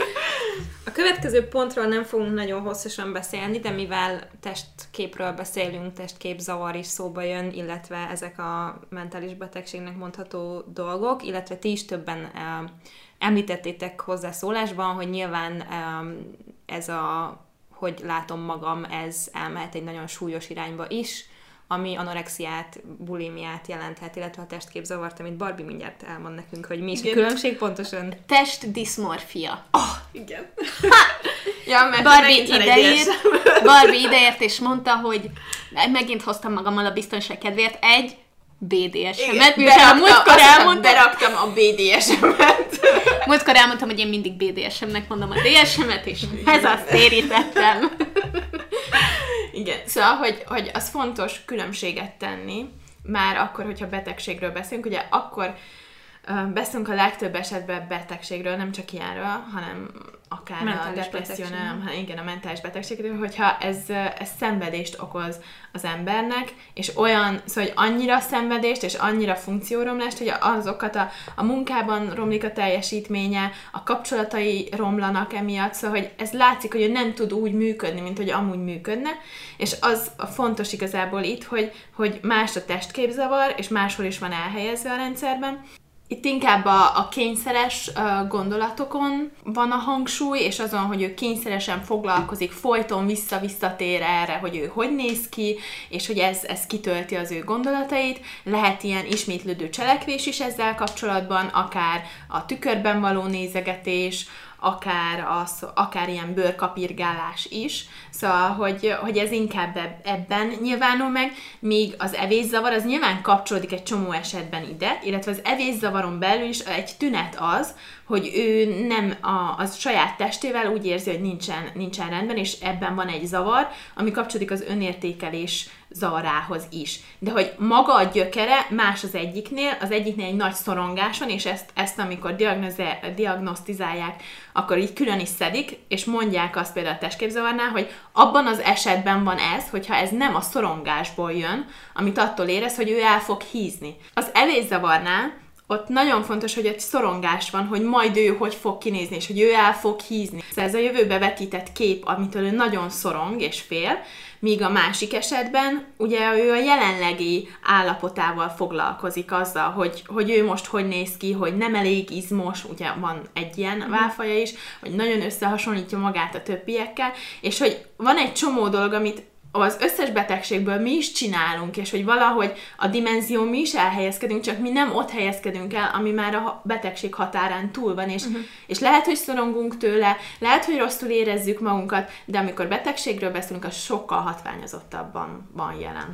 A következő pontról nem fogunk nagyon hosszasan beszélni, de mivel testképről beszélünk, testképzavar is szóba jön, illetve ezek a mentális betegségnek mondható dolgok, illetve ti is többen említettétek hozzászólásban, hogy nyilván ez a, hogy látom magam, ez elmehet egy nagyon súlyos irányba is, ami anorexiát, bulimiát jelenthet, illetve a testképzavart, amit Barbie mindjárt elmond nekünk, hogy mi is a különbség pontosan. Testdiszmorfia. Igen. Ja, mert Barbie ideért és mondta, hogy megint hoztam magammal a biztonság kedvéért egy BDSM-et, mivel múltkor beraktam a BDSM-et. Múltkor elmondtam, hogy én mindig BDSM-nek mondom a DSM-et, és ez azt térítettem. Igen, szóval, hogy az fontos különbséget tenni, már akkor, hogyha betegségről beszélünk, ugye akkor beszélünk a legtöbb esetben betegségről, nem csak ilyenről, hanem akár mentális a depressziónál, hanem igen, a mentális betegségről, hogyha ez szenvedést okoz az embernek, és olyan, szóval, hogy annyira szenvedést, és annyira funkcióromlást, hogy azokat a munkában romlik a teljesítménye, a kapcsolatai romlanak emiatt, szóval, hogy ez látszik, hogy ő nem tud úgy működni, mint hogy amúgy működne, és az fontos igazából itt, hogy más a testképzavar, és máshol is van elhelyezve a rendszerben. Itt inkább a kényszeres gondolatokon van a hangsúly, és azon, hogy ő kényszeresen foglalkozik, folyton visszatér erre, hogy ő hogy néz ki, és hogy ez kitölti az ő gondolatait. Lehet ilyen ismétlődő cselekvés is ezzel kapcsolatban, akár a tükörben való nézegetés, akár ilyen bőrkapirgálás is. Szóval, hogy ez inkább ebben nyilvánul meg, míg az evészavar az nyilván kapcsolódik egy csomó esetben ide, illetve az evészavaron belül is egy tünet az, hogy ő nem a saját testével úgy érzi, hogy nincsen rendben, és ebben van egy zavar, ami kapcsolódik az önértékelés zavarához is. De hogy maga a gyökere más az egyiknél egy nagy szorongás van, és ezt amikor diagnosztizálják, akkor így külön is szedik, és mondják azt például a testképzavarnál, hogy abban az esetben van ez, hogyha ez nem a szorongásból jön, amit attól érez, hogy ő el fog hízni. Az evészavarnál ott nagyon fontos, hogy egy szorongás van, hogy majd ő hogy fog kinézni, és hogy ő el fog hízni. Ez a jövőbe vetített kép, amitől ő nagyon szorong és fél, míg a másik esetben ugye ő a jelenlegi állapotával foglalkozik azzal, hogy ő most hogy néz ki, hogy nem elég izmos, ugye van egy ilyen válfaja is, hogy nagyon összehasonlítja magát a többiekkel, és hogy van egy csomó dolog, amit az összes betegségből mi is csinálunk, és hogy valahogy a dimenzión mi is elhelyezkedünk, csak mi nem ott helyezkedünk el, ami már a betegség határán túl van, és lehet, hogy szorongunk tőle, lehet, hogy rosszul érezzük magunkat, de amikor betegségről beszélünk, az sokkal hatványozottabban van jelen.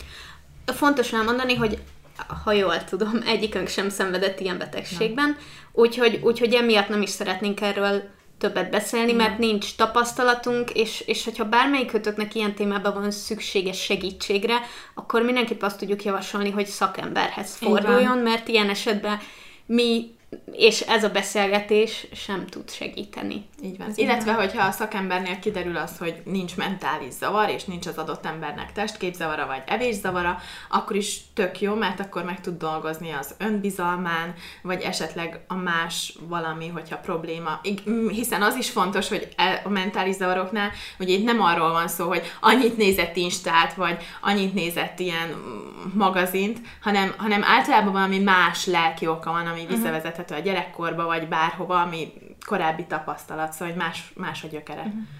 Fontos elmondani, hogy ha jól tudom, egyikünk sem szenvedett ilyen betegségben, úgyhogy emiatt nem is szeretnénk erről többet beszélni, mert nincs tapasztalatunk, és hogyha bármelyikötöknek ilyen témában van szükséges segítségre, akkor mindenképp azt tudjuk javasolni, hogy szakemberhez forduljon, mert ilyen esetben mi és ez a beszélgetés sem tud segíteni. Így van. Illetve, hogyha a szakembernél kiderül az, hogy nincs mentális zavar, és nincs az adott embernek testképzavara, vagy evészavara, akkor is tök jó, mert akkor meg tud dolgozni az önbizalmán, vagy esetleg a más valami, hogyha probléma. Hiszen az is fontos, hogy a mentális zavaroknál, hogy itt nem arról van szó, hogy annyit nézett Instát, vagy annyit nézett ilyen magazint, hanem általában valami más lelki oka van, ami visszavezethető a gyerekkorba, vagy bárhova, ami korábbi tapasztalat, szóval hogy más a gyökere.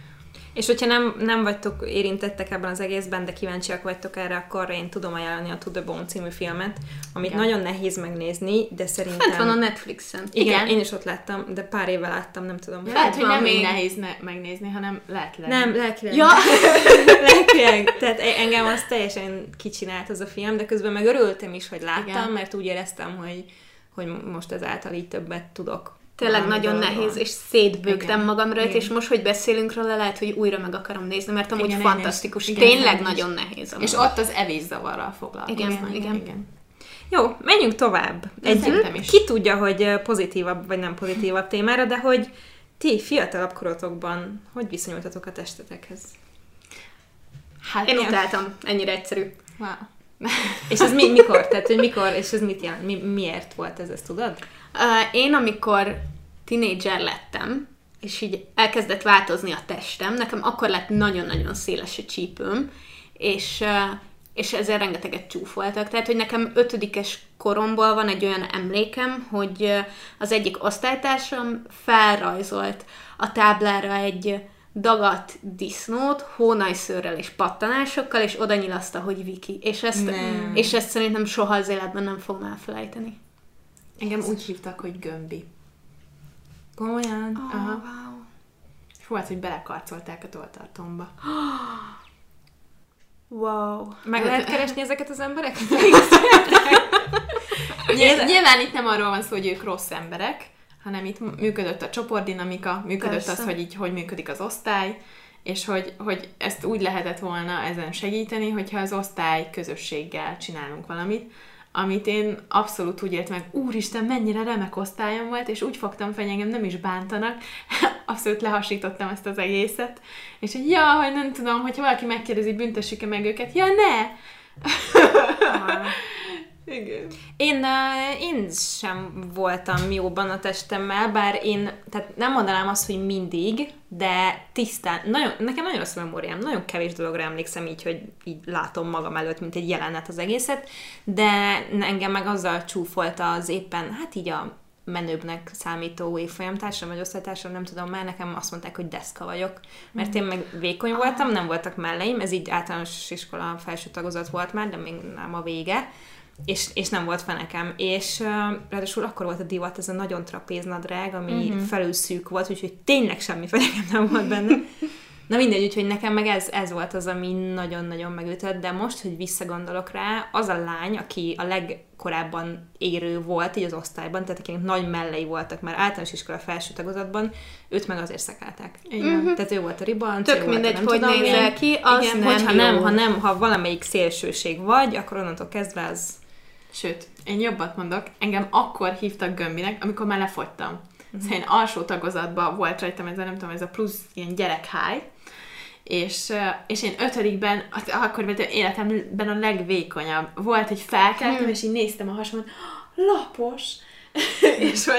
És hogyha nem vagytok érintettek ebben az egészben, de kíváncsiak vagytok erre, akkor én tudom ajánlani a To The Bone című filmet, amit nagyon nehéz megnézni, de szerintem... Fent van a Netflixen. Igen, én is ott láttam, de pár éve láttam, nem tudom. Lehet, hogy nem még nehéz megnézni, hanem lelkileg. Nem, lelkileg. Ja. Lelkileg. Tehát engem az teljesen kicsinált az a film, de közben meg örültem is, hogy láttam, igen. Mert úgy éreztem, hogy most ezáltal így többet tudok. Tényleg nagyon nehéz, és szétbőgtem magam rajta, és most, hogy beszélünk róla, lehet, hogy újra meg akarom nézni, mert amúgy fantasztikus. Tényleg nagyon nehéz. És ott az evészavarral foglalkoznak. Igen. Jó, menjünk tovább. Ki tudja, hogy pozitívabb vagy nem pozitívabb témára, de hogy ti fiatalabb korotokban hogy viszonyultatok a testetekhez? Hát én utáltam, ennyire egyszerű. Wow. És ez mikor? Tehát, hogy mikor, és ez mit jelent? Miért volt ez, ezt tudod? Én, amikor tinédzser lettem, és elkezdett változni a testem, nekem akkor lett nagyon-nagyon széles a csípőm, és ezzel rengeteget csúfoltak. Tehát, hogy nekem 5-es koromból van egy olyan emlékem, hogy az egyik osztálytársam felrajzolt a táblára egy dagadt disznót, hónajszőrrel és pattanásokkal, és oda nyilaszta, hogy Viki. És ezt szerintem soha az életben nem fogom elfelejteni. Engem úgy hívtak, hogy Gömbi. Komolyan? Wow. És volt, hogy belekarcolták a tolltartomba. Wow. Meg lehet keresni ezeket az embereket? Nyilván itt nem arról van szó, hogy ők rossz emberek, hanem itt működött a csoportdinamika, működött az, hogy így hogy működik az osztály, és hogy ezt úgy lehetett volna ezen segíteni, hogyha az osztály közösséggel csinálunk valamit, amit én abszolút úgy értem meg, úristen, mennyire remek osztályom volt, és úgy fogtam fel, hogy engem nem is bántanak, abszolút lehasítottam ezt az egészet, és hogy hogy nem tudom, hogyha valaki megkérdezi, büntessük-e meg őket, ne! Igen. Én sem voltam jóban a testemmel, bár én, tehát nem mondanám azt, hogy mindig, de tisztán, nekem nagyon rossz a memóriám, nagyon kevés dologra emlékszem így, hogy így látom magam előtt, mint egy jelenet az egészet, de engem meg azzal csúfolta az éppen, hát így a menőbbnek számító évfolyamtársam, vagy osztálytársam, nem tudom már, nekem azt mondták, hogy deszka vagyok, mert én meg vékony voltam, nem voltak melleim, ez így általános iskola felső tagozat volt már, de még nem a vége, és nem volt fenekem, és ráadásul akkor volt a divat, ez a nagyon trapéznadrág, ami felül szűk volt, úgyhogy tényleg semmi fenekem nem volt benne. Na mindegy, úgyhogy nekem meg ez volt az, ami nagyon-nagyon megütött, de most, hogy visszagondolok rá, az a lány, aki a legkorábban érő volt így az osztályban, tehát akinek nagy mellei voltak már általános iskola felső tagozatban, őt meg azért szekálták. Tehát ő volt a ribanc, tök mindegy, hogy nézel ki, az igen, ha valamelyik szélsőség vagy, akkor onnantól kezdve az... Sőt, én jobbat mondok, engem akkor hívtak Gömbinek, amikor már lefogytam. Szóval én alsó tagozatban volt rajtam ez a plusz ilyen gyerekháj, és én 5-ben, akkor volt életemben a legvékonyabb. Volt, hogy felkeltem, és így néztem a hasamat, lapos! és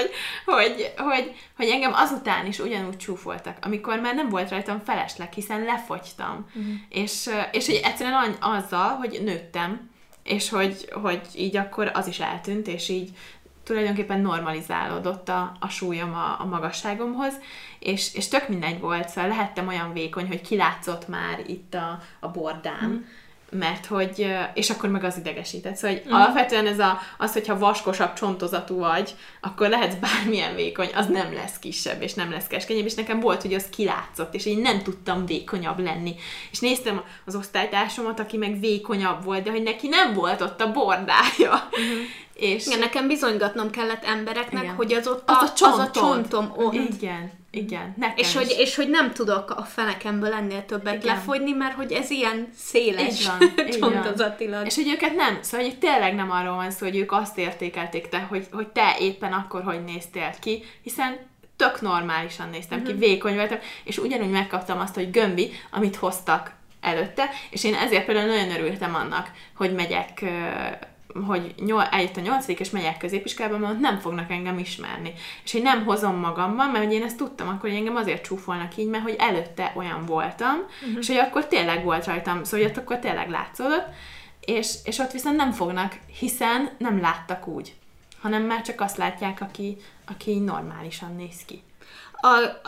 hogy engem azután is ugyanúgy csúfoltak, amikor már nem volt rajtam felesleg, hiszen lefogytam. És hogy egyszerűen azzal, hogy nőttem, és hogy így akkor az is eltűnt, és így tulajdonképpen normalizálódott a súlyom a magasságomhoz, és tök mindegy volt, szóval lehettem olyan vékony, hogy kilátszott már itt a bordám, mert hogy, és akkor meg az idegesített. Szóval alapvetően az, hogyha vaskosabb csontozatú vagy, akkor lehetsz bármilyen vékony, az nem lesz kisebb, és nem lesz keskenyebb, és nekem volt, hogy az kilátszott, és én nem tudtam vékonyabb lenni. És néztem az osztálytársamat, aki meg vékonyabb volt, de hogy neki nem volt ott a bordája. És igen, nekem bizonygatnom kellett embereknek, igen. hogy az a csontom ott. Igen. És hogy nem tudok a fenekemből ennél többet lefogyni, mert hogy ez ilyen széles csontozatilag. És hogy őket nem, szóval hogy tényleg nem arról van szó, hogy ők azt értékelték hogy te éppen akkor hogy néztél ki, hiszen tök normálisan néztem ki, vékony voltam, és ugyanúgy megkaptam azt, hogy Gömbi, amit hoztak előtte, és én ezért például nagyon örültem annak, hogy megyek hogy eljött a 8. és megyek középiskolába, mert nem fognak engem ismerni. És én nem hozom magammal, mert hogy én ezt tudtam, akkor hogy engem azért csúfolnak így, mert hogy előtte olyan voltam, és hogy akkor tényleg volt rajtam, szóval hogy akkor tényleg látszódott, és ott viszont nem fognak, hiszen nem láttak úgy, hanem már csak azt látják, aki normálisan néz ki. A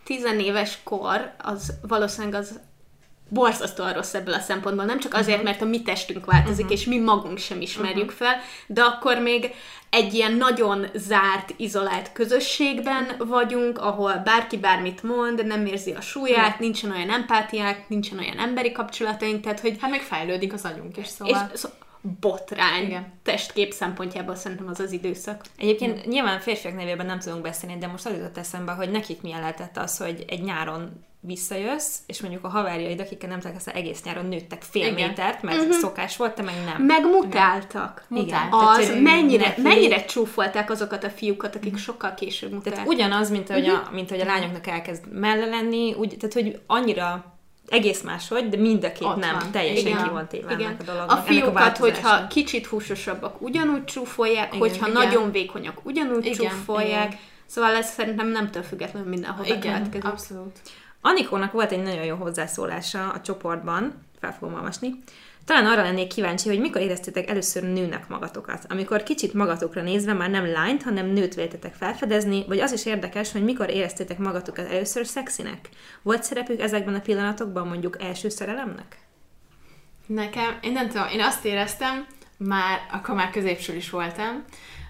10 éves kor, az valószínűleg az borzasztóan rossz ebből a szempontból. Nem csak azért, mert a mi testünk változik, és mi magunk sem ismerjük fel, de akkor még egy ilyen nagyon zárt, izolált közösségben vagyunk, ahol bárki bármit mond, nem érzi a súlyát, nincsen olyan empátiák, nincsen olyan emberi kapcsolataink, tehát hogy... Hát meg fejlődik az agyunk is, szóval... És botrány testkép szempontjából szerintem az az időszak. Egyébként nyilván férfiak nevében nem tudunk beszélni, de most az jutott eszembe, hogy nekik milyen lehetett az, hogy egy nyáron visszajössz, és mondjuk a haverjaid, akikkel nem találkoztál egész nyáron, nőttek fél métert, mert szokás volt, te meg nem. Meg mutáltak. Igen. Az Tehát, mennyire csúfolták azokat a fiúkat, akik sokkal később mutáltak. Tehát ugyanaz, mint hogy a lányoknak elkezd melle lenni, úgy, tehát hogy annyira egész máshogy, de mind a két ott nem van. Teljesen ki van téve ennek a dolognak. A fiúkat, hogyha kicsit húsosabbak, ugyanúgy csúfolják, hogyha nagyon vékonyak, ugyanúgy csúfolják. Szóval ez szerintem nemtől függetlenül mindenhol következik. Abszolút. Anikónak volt egy nagyon jó hozzászólása a csoportban, fel fogom olvasni. Talán arra lennék kíváncsi, hogy mikor éreztétek először nőnek magatokat. Amikor kicsit magatokra nézve már nem lányt, hanem nőt véltetek felfedezni, vagy az is érdekes, hogy mikor éreztétek magatokat először szexinek. Volt szerepük ezekben a pillanatokban mondjuk első szerelemnek? Nekem, én nem tudom, én azt éreztem, akkor már középsulis voltam,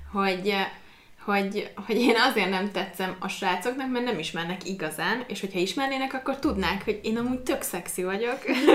hogy én azért nem tetszem a srácoknak, mert nem ismernek igazán, és hogyha ismernének, akkor tudnák, hogy én amúgy tök szexi vagyok,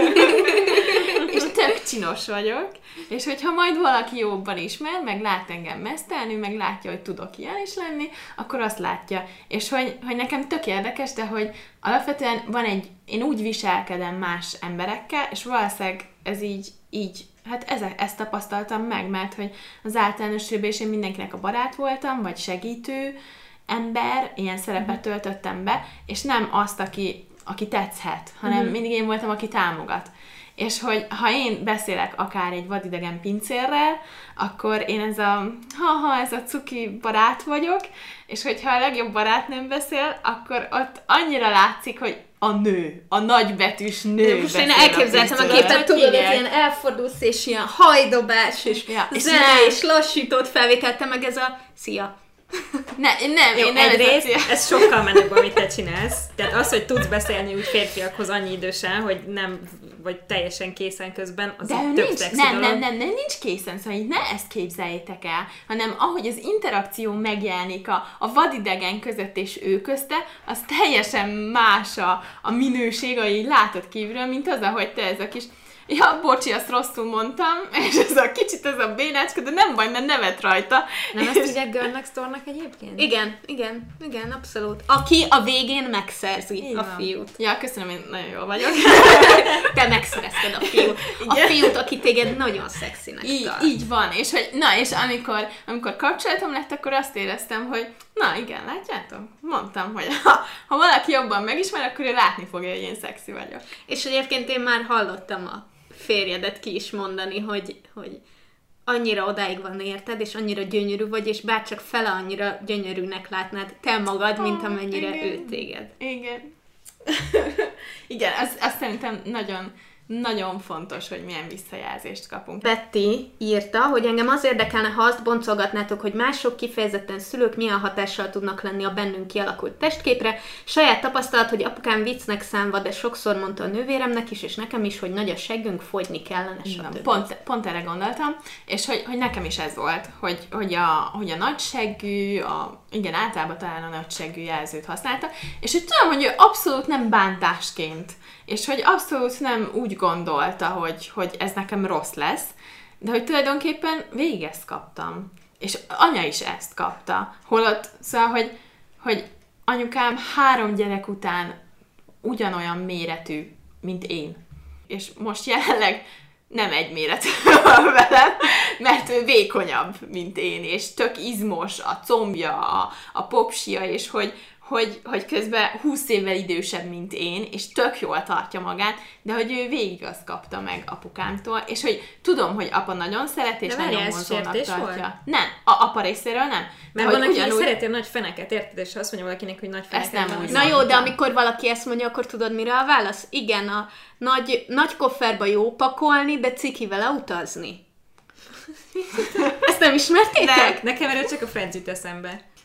és tök csinos vagyok, és hogyha majd valaki jobban ismer, meg lát engem mesztelni, meg látja, hogy tudok ilyen is lenni, akkor azt látja. És hogy nekem tök érdekes, de hogy alapvetően én úgy viselkedem más emberekkel, és valószínűleg ez így hát ezt tapasztaltam meg, mert hogy az általános és én mindenkinek a barát voltam, vagy segítő ember, ilyen szerepet töltöttem be, és nem azt, aki tetszhet, hanem mindig én voltam, aki támogat. És hogy ha én beszélek akár egy vadidegen pincérrel, akkor én ez a cuki barát vagyok, és hogyha a legjobb barátnőm beszél, akkor ott annyira látszik, hogy a nagybetűs nő. Most én elképzeltem a képet, tudod, hogy ilyen elfordulsz, és ilyen hajdobás, és zene, és lassított felvételte meg ez a szia. Én egyrészt, ez sokkal menőbb, amit te csinálsz. Tehát az, hogy tudsz beszélni úgy férfiakhoz annyi idősen, hogy nem vagy teljesen készen közben, az tök szexi dolog. Nem, nincs készen, szóval ne ezt képzeljétek el, hanem ahogy az interakció megjelenik a vadidegen között és ő közte, az teljesen más a minőség, ahogy látod kívülről, mint az, ahogy te ez a kis... Ja, bocsi, azt rosszul mondtam, és ez a kicsit ez a bénácska, de nem baj, mert nevet rajta. Nem ezt ugye Girl Next Door-nak egyébként? Igen, abszolút. Aki a végén megszerzi a fiút. Ja, köszönöm, én nagyon jól vagyok. Te megszerezted a fiút. A fiút, aki téged nagyon szexinek tart. Így van, és amikor kapcsolatom lett, akkor azt éreztem, hogy na igen, látjátok? Mondtam, hogy ha valaki jobban megismer, akkor ő látni fogja, hogy én szexi vagyok. És egyébként én már hallottam a férjedet ki is mondani, hogy annyira odáig van érted, és annyira gyönyörű vagy, és bárcsak fele annyira gyönyörűnek látnád te magad, mint amennyire ő téged. Igen. Igen, azt szerintem nagyon, nagyon fontos, hogy milyen visszajelzést kapunk. Betty írta, hogy engem az érdekelne, ha azt boncolgatnátok, hogy mások, kifejezetten szülők milyen hatással tudnak lenni a bennünk kialakult testképre. Saját tapasztalat, hogy apukám viccnek számva, de sokszor mondta a nővéremnek is, és nekem is, hogy nagy a seggünk, fogyni kellene, stb. Pont erre gondoltam, és hogy nekem is ez volt, hogy a nagyseggű, igen, általában talán a nagyseggű jelzőt használta, és hogy tudom, hogy ő abszolút nem bántásként, és hogy abszolút nem úgy gondolta, hogy ez nekem rossz lesz, de hogy tulajdonképpen végig ezt kaptam. És anya is ezt kapta. Holott, szóval, hogy anyukám 3 gyerek után ugyanolyan méretű, mint én. És most jelenleg nem egy méretű velem, mert ő vékonyabb, mint én, és tök izmos a combja, a popsia, és hogy közben 20 évvel idősebb, mint én, és tök jól tartja magát, de hogy ő végig azt kapta meg apukámtól, és hogy tudom, hogy apa nagyon szeret, és nagyon vonzónak tartja. Volt? Nem, apa részéről nem. Mert van, aki szereti a nagy feneket, érted? És azt mondja valakinek, hogy nagy feneket. Ezt nem úgy. Na jó, de amikor valaki ezt mondja, akkor tudod, mire a válasz? Igen, a nagy kofferba jó pakolni, de ciki vele utazni. Ezt nem ismertétek? Nekem erről csak a Friends jut eszembe.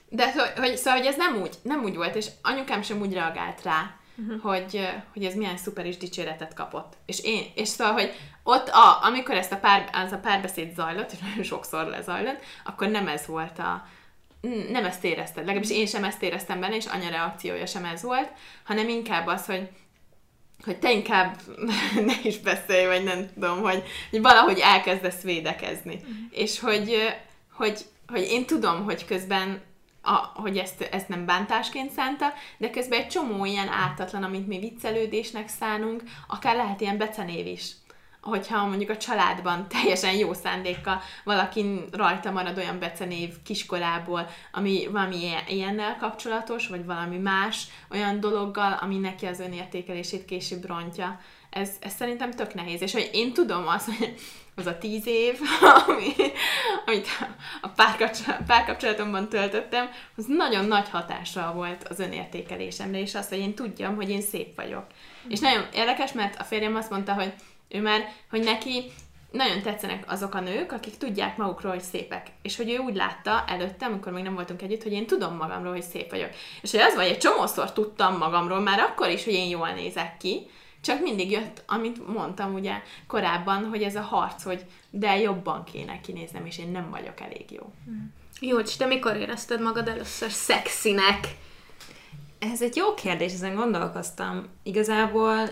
De szóval, hogy ez nem úgy volt, és anyukám sem úgy reagált rá, hogy ez milyen szuper is dicséretet kapott. És szóval, hogy ott, amikor ez a párbeszéd zajlott, és nagyon sokszor lezajlott, akkor nem ez volt nem ezt érezted. Legalábbis én sem ezt éreztem benne, és anya reakciója sem ez volt, hanem inkább az, hogy te inkább ne is beszélj, vagy nem tudom, hogy valahogy elkezdesz védekezni. És hogy én tudom, hogy közben hogy ezt nem bántásként szánta, de közben egy csomó ilyen ártatlan, amit mi viccelődésnek szánunk, akár lehet ilyen becenév is. Hogyha mondjuk a családban teljesen jó szándékkal valakin rajta marad olyan becenév kiskorából, ami valami ilyennel kapcsolatos, vagy valami más olyan dologgal, ami neki az önértékelését később rontja. Ez szerintem tök nehéz. És hogy én tudom azt, hogy az a 10 év, amit a párkapcsolatomban töltöttem, az nagyon nagy hatással volt az önértékelésemre, és azt, hogy én tudjam, hogy én szép vagyok. És nagyon érdekes, mert a férjem azt mondta, hogy ő már, hogy neki nagyon tetszenek azok a nők, akik tudják magukról, hogy szépek. És hogy ő úgy látta előttem, amikor még nem voltunk együtt, hogy én tudom magamról, hogy szép vagyok. És hogy az vagy, egy csomószor tudtam magamról, már akkor is, hogy én jól nézek ki, csak mindig jött, amit mondtam ugye korábban, hogy ez a harc, hogy de jobban kéne kinéznem, és én nem vagyok elég jó. Jó, és te mikor érezted magad először szexinek? Ez egy jó kérdés, ezen gondolkoztam. Igazából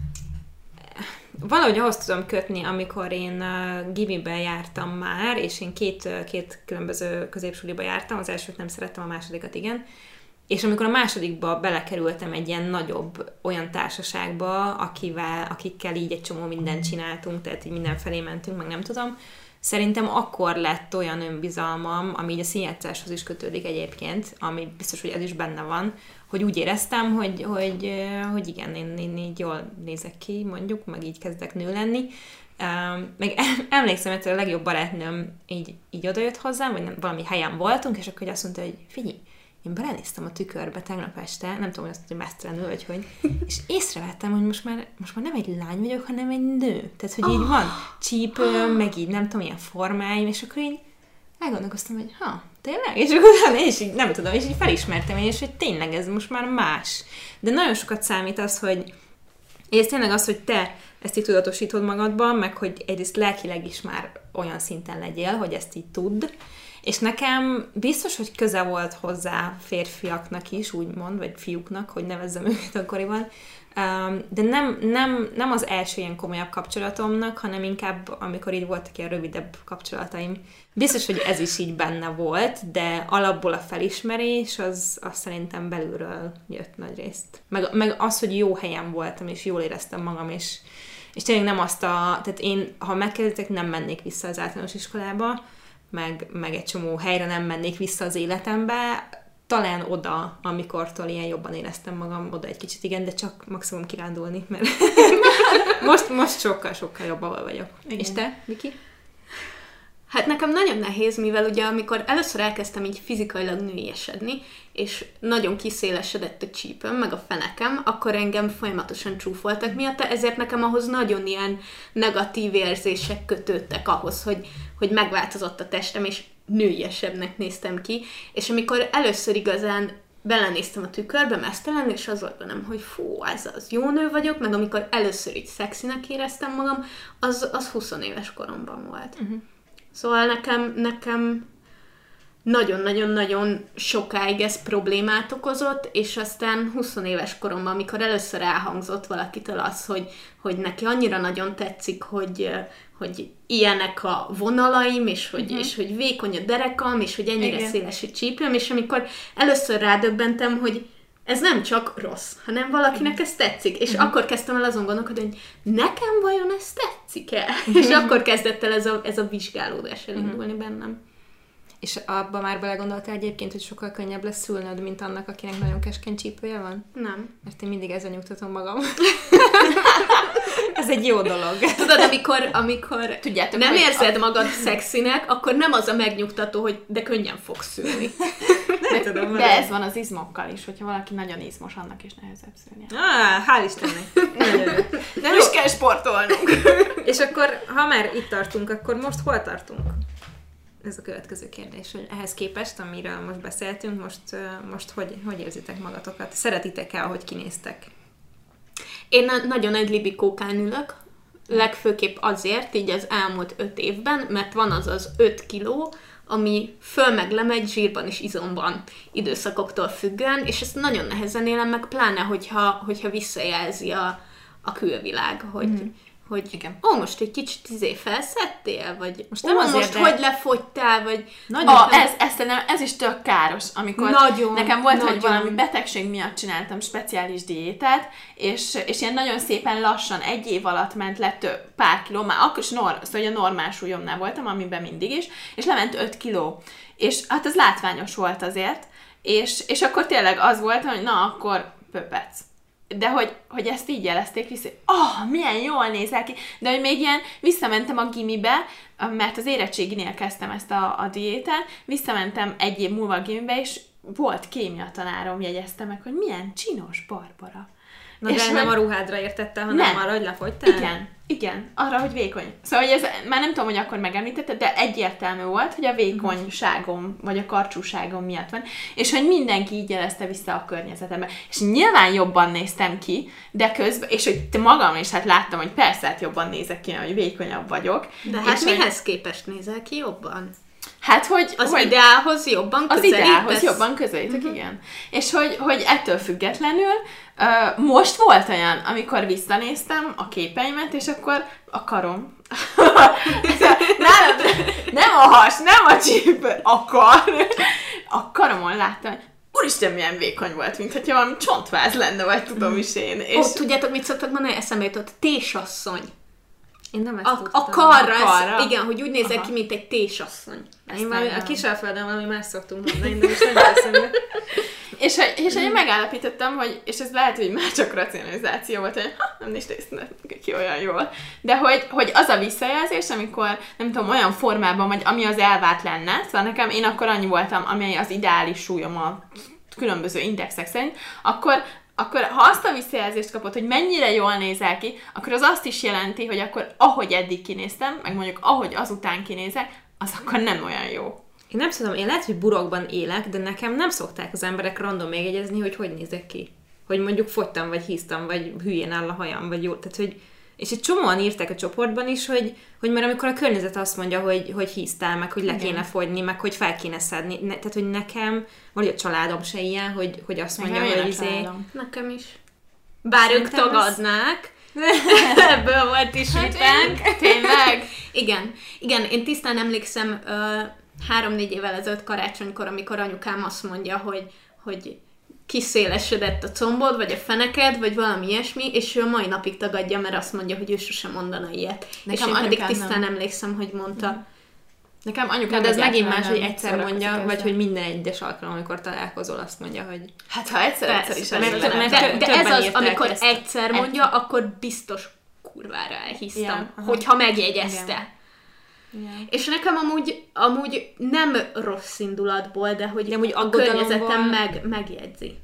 valahogy ahhoz tudom kötni, amikor én gimiben jártam már, és én két különböző középsuliba jártam, az elsőt nem szerettem, a másodikat igen, és amikor a másodikba belekerültem egy ilyen nagyobb olyan társaságba, akikkel így egy csomó mindent csináltunk, tehát így mindenfelé mentünk, meg nem tudom, szerintem akkor lett olyan önbizalmam, ami így a színjátszáshoz is kötődik egyébként, ami biztos, hogy ez is benne van, hogy úgy éreztem, hogy igen, én így jól nézek ki, mondjuk, meg így kezdek nő lenni. Meg emlékszem, hogy a legjobb barátnőm így odajött hozzám, vagy valami helyen voltunk, és akkor azt mondta, hogy figyelj, én belenéztem a tükörbe tegnap este, nem tudom, hogy azt mondja, mesztelenül, vagy hogy, és észrevettem, hogy most már nem egy lány vagyok, hanem egy nő. Tehát, hogy így van csípőm, meg így nem tudom, ilyen formáim, és akkor így elgondolkoztam, hogy tényleg? És akkor utána én is így, nem tudom, és így felismertem én is, hogy tényleg ez most már más. De nagyon sokat számít az, hogy ez tényleg az, hogy te ezt így tudatosítod magadban, meg hogy egyrészt lelkileg is már olyan szinten legyél, hogy ezt így tudd. És nekem biztos, hogy köze volt hozzá férfiaknak is, úgymond, vagy fiúknak, hogy nevezzem őket akkoriban, de nem az első ilyen komolyabb kapcsolatomnak, hanem inkább, amikor így voltak ilyen rövidebb kapcsolataim. Biztos, hogy ez is így benne volt, de alapból a felismerés, az szerintem belülről jött nagyrészt. Meg az, hogy jó helyen voltam, és jól éreztem magam, és tényleg nem tehát én, ha megkérdezitek, nem mennék vissza az általános iskolába, meg egy csomó helyre nem mennék vissza az életembe, talán oda, amikortól ilyen jobban éreztem magam, oda egy kicsit igen, de csak maximum kirándulni, mert most sokkal jobban vagyok. Igen. És te, Viki? Hát nekem nagyon nehéz, mivel ugye amikor először elkezdtem így fizikailag nőiesedni, és nagyon kiszélesedett a csípőm, meg a fenekem, akkor engem folyamatosan csúfoltak miatta, ezért nekem ahhoz nagyon ilyen negatív érzések kötődtek ahhoz, hogy megváltozott a testem, és nőiesebbnek néztem ki, és amikor először igazán belenéztem a tükörbe mesztelenül, és az volt bennem, hogy fú, az jó nő vagyok, meg amikor először így szexinek éreztem magam, az 20 éves koromban volt. Uh-huh. Szóval nekem nagyon-nagyon-nagyon sokáig ez problémát okozott, és aztán 20 éves koromban, amikor először elhangzott valakitől az, hogy neki annyira nagyon tetszik, hogy ilyenek a vonalaim, és hogy vékony a derekam, és hogy ennyire széles a csípőm, és amikor először rádöbbentem, hogy ez nem csak rossz, hanem valakinek ez tetszik. És akkor kezdtem el azon gondolkodni, hogy nekem vajon ez tetszik-e? És akkor kezdett el ez a vizsgálódás elindulni bennem. És abba már belegondoltál egyébként, hogy sokkal könnyebb lesz szülnöd, mint annak, akinek nagyon keskeny csípője van? Nem. Mert én mindig ezzel nyugtatom magam. Ez egy jó dolog. Tudod, amikor tudjátok, nem érzed magad szexinek, akkor nem az a megnyugtató, hogy de könnyen fogsz szülni. De ez van az izmokkal is, hogyha valaki nagyon izmos, annak is nehezebb szülni. Hál' Istennek. Nem is kell sportolnunk. És akkor, ha már itt tartunk, akkor most hol tartunk? ez a következő kérdés, hogy ehhez képest, amiről most beszéltünk, most hogy érzitek magatokat? Szeretitek-e, ahogy kinéztek? Én nagyon egy libikókán ülök, legfőképp azért, így az elmúlt 5 évben, mert van az 5 kiló, ami föl meg lemegy zsírban és izomban időszakoktól függően, és ezt nagyon nehezen élem meg, pláne, hogyha visszajelzi a külvilág, hogy igen. Most egy kicsit felszedtél, vagy most nem azért, most hogy lefogytál, vagy... Ez is tök káros, amikor nekem volt, hogy valami betegség miatt csináltam speciális diétát, és ilyen nagyon szépen lassan 1 év alatt ment le pár kiló, már akkor is szóval a normál súlyomnál voltam, amiben mindig is, és lement 5 kiló. És hát ez látványos volt azért, és akkor tényleg az volt, hogy na, akkor pöpec. De hogy ezt így jelezték vissza, hogy milyen jól nézel ki, de hogy még ilyen visszamentem a gimibe, mert az érettséginél kezdtem ezt a diétát, visszamentem 1 év múlva a gimibe, és volt kémia tanárom, jegyezte meg, hogy milyen csinos Barbara. Na, és de nem a ruhádra értette, hanem arra, hogy lefogytál? Igen, arra, hogy vékony. Szóval, hogy ez, már nem tudom, hogy akkor megemlítette, de egyértelmű volt, hogy a vékonyságom, vagy a karcsúságom miatt van, és hogy mindenki így jelezte vissza a környezetembe. És nyilván jobban néztem ki, de közben, és hogy magam is hát láttam, hogy persze hát jobban nézek ki, hogy vékonyabb vagyok. De hát mihez képest nézel ki jobban? Hát, hogy ideálhoz jobban közelítesz? Az ideálhoz jobban közelítek, igen. És hogy ettől függetlenül most volt olyan, amikor visszanéztem a képeimet, és akkor a karom. Nem a has, nem a csípő, a kar. A karomon láttam, hogy úristen, milyen vékony volt, mint hogyha valami csontváz lenne, vagy tudom is én. És... tudjátok, mit szoktak mondani? Eszembe jutott, tésasszony. Én nem ezt a karra. Igen, hogy úgy nézek ki, mint egy tésasszony. Én valami, a Kisalföldön valami más szoktunk mondani, de most nem eszembe. És én megállapítottam, hogy, és ez lehet, hogy már csak racionalizáció volt, hogy nem is néznek ki olyan jól. De hogy az a visszajelzés, amikor nem tudom, olyan formában, vagy ami az elvárt lenne, szóval nekem én akkor annyi voltam, ami az ideális súlyom a különböző indexek szerint, akkor ha azt a visszajelzést kapod, hogy mennyire jól nézel ki, akkor az azt is jelenti, hogy akkor ahogy eddig kinéztem, meg mondjuk ahogy azután kinézek, az akkor nem olyan jó. Én nem tudom, én lehet, hogy burokban élek, de nekem nem szokták az emberek random megjegyezni, hogy nézek ki. Hogy mondjuk fogytam, vagy híztam, vagy hülyén áll a hajam, vagy jó. Tehát, hogy és egy csomóan írták a csoportban is, hogy mert amikor a környezet azt mondja, hogy híztál, meg hogy le kéne fogyni, meg hogy fel kéne szedni. Tehát, hogy nekem, vagy a családom se ilyen, hogy azt mondja, hogy Nekem is. Bár ők tagadnák. Ebből volt is vitánk. Hát tényleg? Igen, én tisztán emlékszem 3-4 évvel ezelőtt karácsonykor, amikor anyukám azt mondja, hogy kiszélesedett a combod, vagy a feneked, vagy valami ilyesmi, és ő a mai napig tagadja, mert azt mondja, hogy ő sosem mondana ilyet. Nekem és én pedig tisztán emlékszem, hogy mondta. Nekem anyukám, de ez megint más, hogy egyszer mondja, vagy hogy minden egyes alkalom, amikor találkozol, azt mondja, hogy... Hát ha egyszer is de ez az, amikor egyszer mondja, akkor biztos kurvára elhisztam, hogyha megjegyezte. Igen. És nekem amúgy nem rossz indulatból, de hogy a környezetem megjegyzi.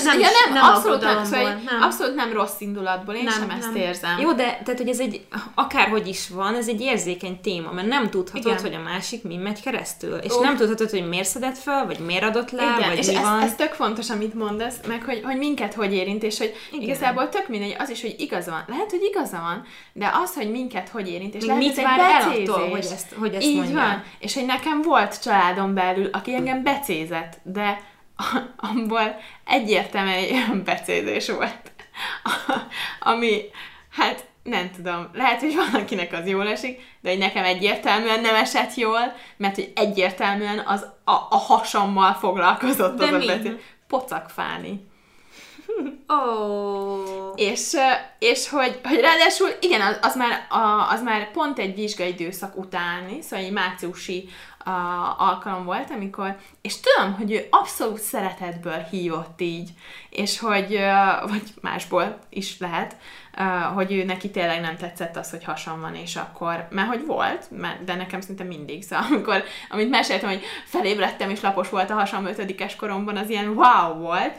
Abszolút nem rossz indulatból, én sem ezt érzem. Jó, de tehát, hogy ez egy, akárhogy is van, ez egy érzékeny téma, mert nem tudhatod, hogy a másik mi megy keresztül. És nem tudhatod, hogy miért szedett fel, vagy miért adott le, vagy és mi van. Ez tök fontos, amit mondasz, meg hogy minket hogy érint, és hogy igazából tök mindegy, az is, hogy igaza van. Lehet, hogy igaza van, de az, hogy minket hogy érint, és lehet, mit vár el attól, hogy ezt így mondja. Van. És hogy nekem volt családon belül, aki engem becézett, de abból egyértelműen egy olyan becézés volt, ami, hát nem tudom, lehet, hogy valakinek az jól esik, de hogy nekem egyértelműen nem esett jól, mert hogy egyértelműen az a hasammal foglalkozott de az mi? A becézés. Pocakfáni. Oh. És hogy ráadásul, igen, az már pont egy vizsgaidőszak utáni, szóval egy márciusi alkalom volt, amikor, és tudom, hogy ő abszolút szeretetből hívott így, és hogy, vagy másból is lehet, hogy ő neki tényleg nem tetszett az, hogy hasam van, és akkor, mert hogy volt, de nekem szinte mindig, szóval amikor, amit meséltem, hogy felébredtem, és lapos volt a hasam 5-es koromban, az ilyen wow volt,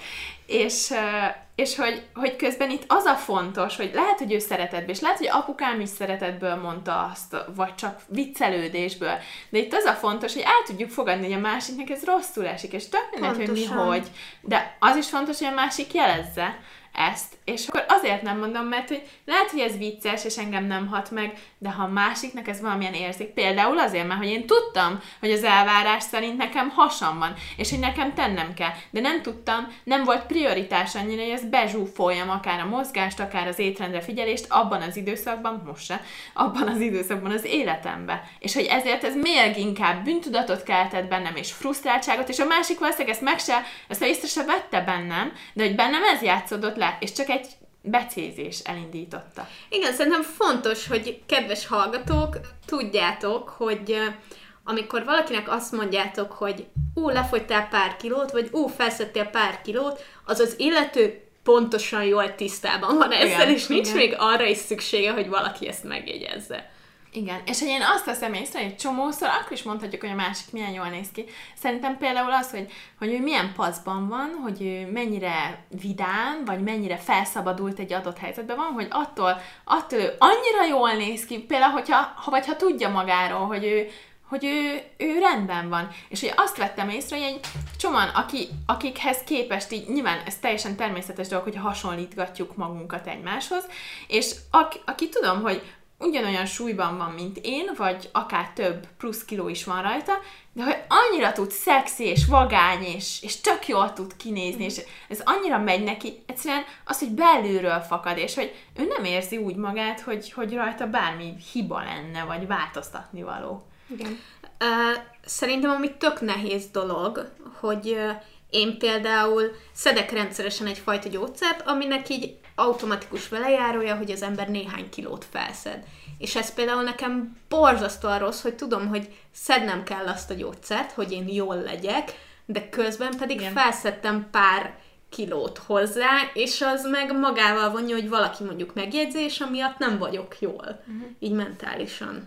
és hogy közben itt az a fontos, hogy lehet, hogy ő szeretetből, és lehet, hogy apukám is szeretetből mondta azt, vagy csak viccelődésből, de itt az a fontos, hogy el tudjuk fogadni, hogy a másiknak ez rosszul esik, és tök mindegy, hogy mi hogy, de az is fontos, hogy a másik jelezze ezt, és akkor azért nem mondom, mert hogy lehet, hogy ez vicces, és engem nem hat meg, de ha a másiknak ez valamilyen érzik, például azért, mert hogy én tudtam, hogy az elvárás szerint nekem hasam van, és hogy nekem tennem kell, de nem tudtam, nem volt prioritás annyira, hogy ezt bezsúfoljam akár a mozgást, akár az étrendre figyelést abban az időszakban, most se, abban az időszakban az életemben. És hogy ezért ez még inkább bűntudatot keltett bennem, és frusztráltságot, és a másik valószínűleg ezt észre se vette bennem, de hogy bennem ez játszódott le, és csak egy becézés elindította. Igen, szerintem fontos, hogy kedves hallgatók, tudjátok, hogy amikor valakinek azt mondjátok, hogy lefogytál pár kilót, vagy felszedtél pár kilót, az illető pontosan jól tisztában van ezzel, igen, és nincs még arra is szüksége, hogy valaki ezt megjegyezze. Igen, és hogy én azt teszem észre, hogy egy csomószor akkor is mondhatjuk, hogy a másik milyen jól néz ki. Szerintem például az, hogy ő milyen paszban van, hogy ő mennyire vidám, vagy mennyire felszabadult egy adott helyzetben van, hogy attól ő annyira jól néz ki, például, ha tudja magáról, hogy ő rendben van. És hogy azt vettem észre, hogy egy csomóan, akikhez képest így, nyilván ez teljesen természetes dolog, hogy hasonlítgatjuk magunkat egymáshoz, és aki tudom, hogy ugyanolyan súlyban van, mint én, vagy akár több plusz kiló is van rajta, de hogy annyira tud szexi, és vagány, és tök jól tud kinézni, és ez annyira megy neki, egyszerűen az, hogy belülről fakad, és hogy ő nem érzi úgy magát, hogy rajta bármi hiba lenne, vagy változtatni való. Igen. Szerintem ami tök nehéz dolog, hogy én például szedek rendszeresen egyfajta gyógyszert, aminek így automatikus velejárója, hogy az ember néhány kilót felszed. És ez például nekem borzasztóan rossz, hogy tudom, hogy szednem kell azt a gyógyszert, hogy én jól legyek, de közben pedig igen, felszedtem pár kilót hozzá, és az meg magával vonja, hogy valaki mondjuk megjegyzés, amiatt nem vagyok jól, így mentálisan.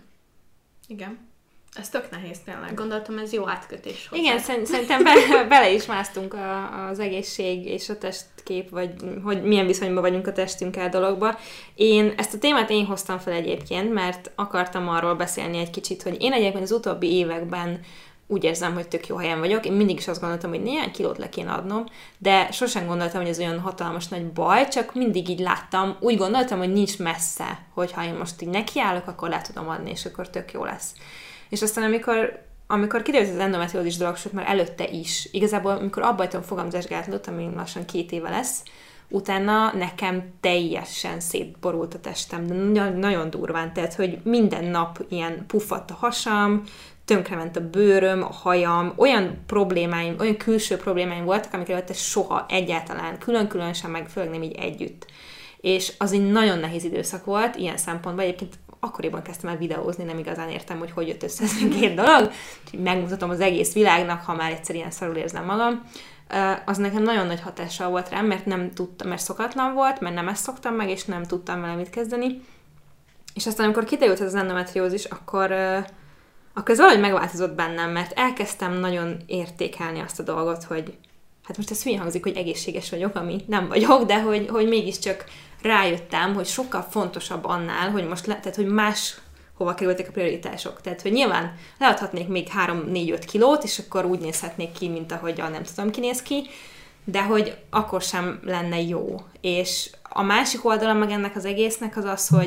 Igen. Ez tök nehéz tényleg. Gondoltam, ez jó átkötés hozzá. Igen, szerintem bele is másztunk az egészség és a testkép, vagy hogy milyen viszonyban vagyunk a testünkkel dologba. Ezt a témát én hoztam fel egyébként, mert akartam arról beszélni egy kicsit, hogy én egyébként az utóbbi években úgy érzem, hogy tök jó helyen vagyok. Én mindig is azt gondoltam, hogy néhány kilót le kéne adnom, de sosem gondoltam, hogy ez olyan hatalmas nagy baj, csak mindig így láttam, úgy gondoltam, hogy nincs messze, hogyha én most így nekiállok, akkor le tudom adni, és akkor tök jó lesz. És aztán amikor kiderült az endometriózis dolog, sőt már előtte is, igazából amikor abba hagytam fogamzásgátlót, ami lassan 2 éve lesz, utána nekem teljesen szétborult a testem, de nagyon durván, tehát, hogy minden nap ilyen puffadt a hasam, tönkrement a bőröm, a hajam, olyan külső problémáim voltak, amikre előtte soha egyáltalán külön-külön sem, meg főleg nem így együtt. És az egy nagyon nehéz időszak volt, ilyen szempontból. Egyébként akkoriban kezdtem el videózni, nem igazán értem, hogy jött össze ez a 2 dolog. Úgyhogy megmutatom az egész világnak, ha már egyszer ilyen szarul érzem magam. Az nekem nagyon nagy hatással volt rám, mert nem tudtam, mert szokatlan volt, mert nem ezt szoktam meg, és nem tudtam vele mit kezdeni. És aztán, amikor kiderült ez az endometriózis, akkor ez valahogy megváltozott bennem, mert elkezdtem nagyon értékelni azt a dolgot, hogy hát most ez hülye hangzik, hogy egészséges vagyok, ami nem vagyok, de hogy mégiscsak rájöttem, hogy sokkal fontosabb annál, hogy most tehát, hogy más hova kerültek a prioritások. Tehát, hogy nyilván leadhatnék még 3-4-5 kilót, és akkor úgy nézhetnék ki, mint ahogy nem tudom, ki néz ki, de hogy akkor sem lenne jó. És a másik oldala meg ennek az egésznek az az,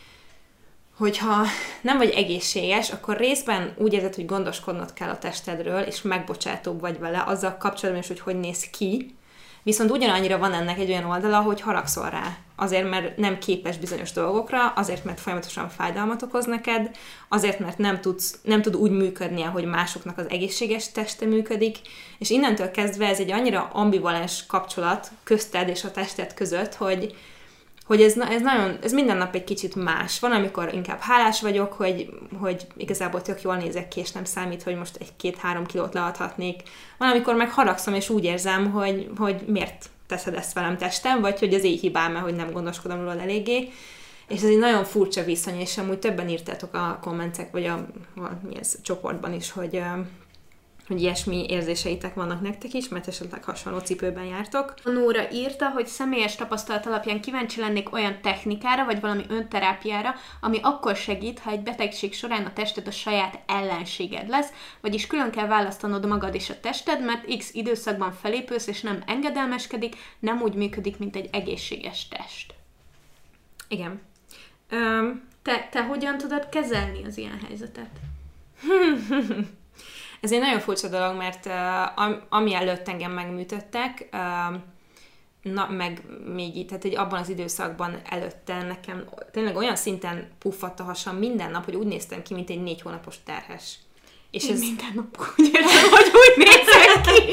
hogyha nem vagy egészséges, akkor részben úgy érzed, hogy gondoskodnod kell a testedről, és megbocsátóbb vagy vele, azzal kapcsolatban is, hogy néz ki, viszont ugyanannyira van ennek egy olyan oldala, hogy haragszol rá. Azért, mert nem képes bizonyos dolgokra, azért, mert folyamatosan fájdalmat okoz neked, azért, mert nem tud úgy működni, ahogy másoknak az egészséges teste működik, és innentől kezdve ez egy annyira ambivalens kapcsolat közted és a tested között, hogy ez minden nap egy kicsit más. Van, amikor inkább hálás vagyok, hogy igazából tök jól nézek ki, és nem számít, hogy most 1-2-3 kilót leadhatnék. Van, amikor meg haragszom, és úgy érzem, hogy miért teszed ezt velem testem, vagy hogy az én hibám, mert hogy nem gondoskodom róla eléggé. És ez egy nagyon furcsa viszony, és amúgy többen írtátok a kommentek, vagy a csoportban is, hogy ilyesmi érzéseitek vannak nektek is, mert esetleg hasonló cipőben jártok. A Nóra írta, hogy személyes tapasztalat alapján kíváncsi lennék olyan technikára, vagy valami önterápiára, ami akkor segít, ha egy betegség során a tested a saját ellenséged lesz, vagyis külön kell választanod magad és a tested, mert X időszakban felépülsz, és nem engedelmeskedik, nem úgy működik, mint egy egészséges test. Igen. Te hogyan tudod kezelni az ilyen helyzetet? Ez egy nagyon furcsa dolog, mert ami előtt engem megműtöttek, meg még így, tehát egy abban az időszakban előtte nekem tényleg olyan szinten puffadt a hasam minden nap, hogy úgy néztem ki, mint egy 4 hónapos terhes. És én minden nap úgy érzem, hogy úgy nézek ki.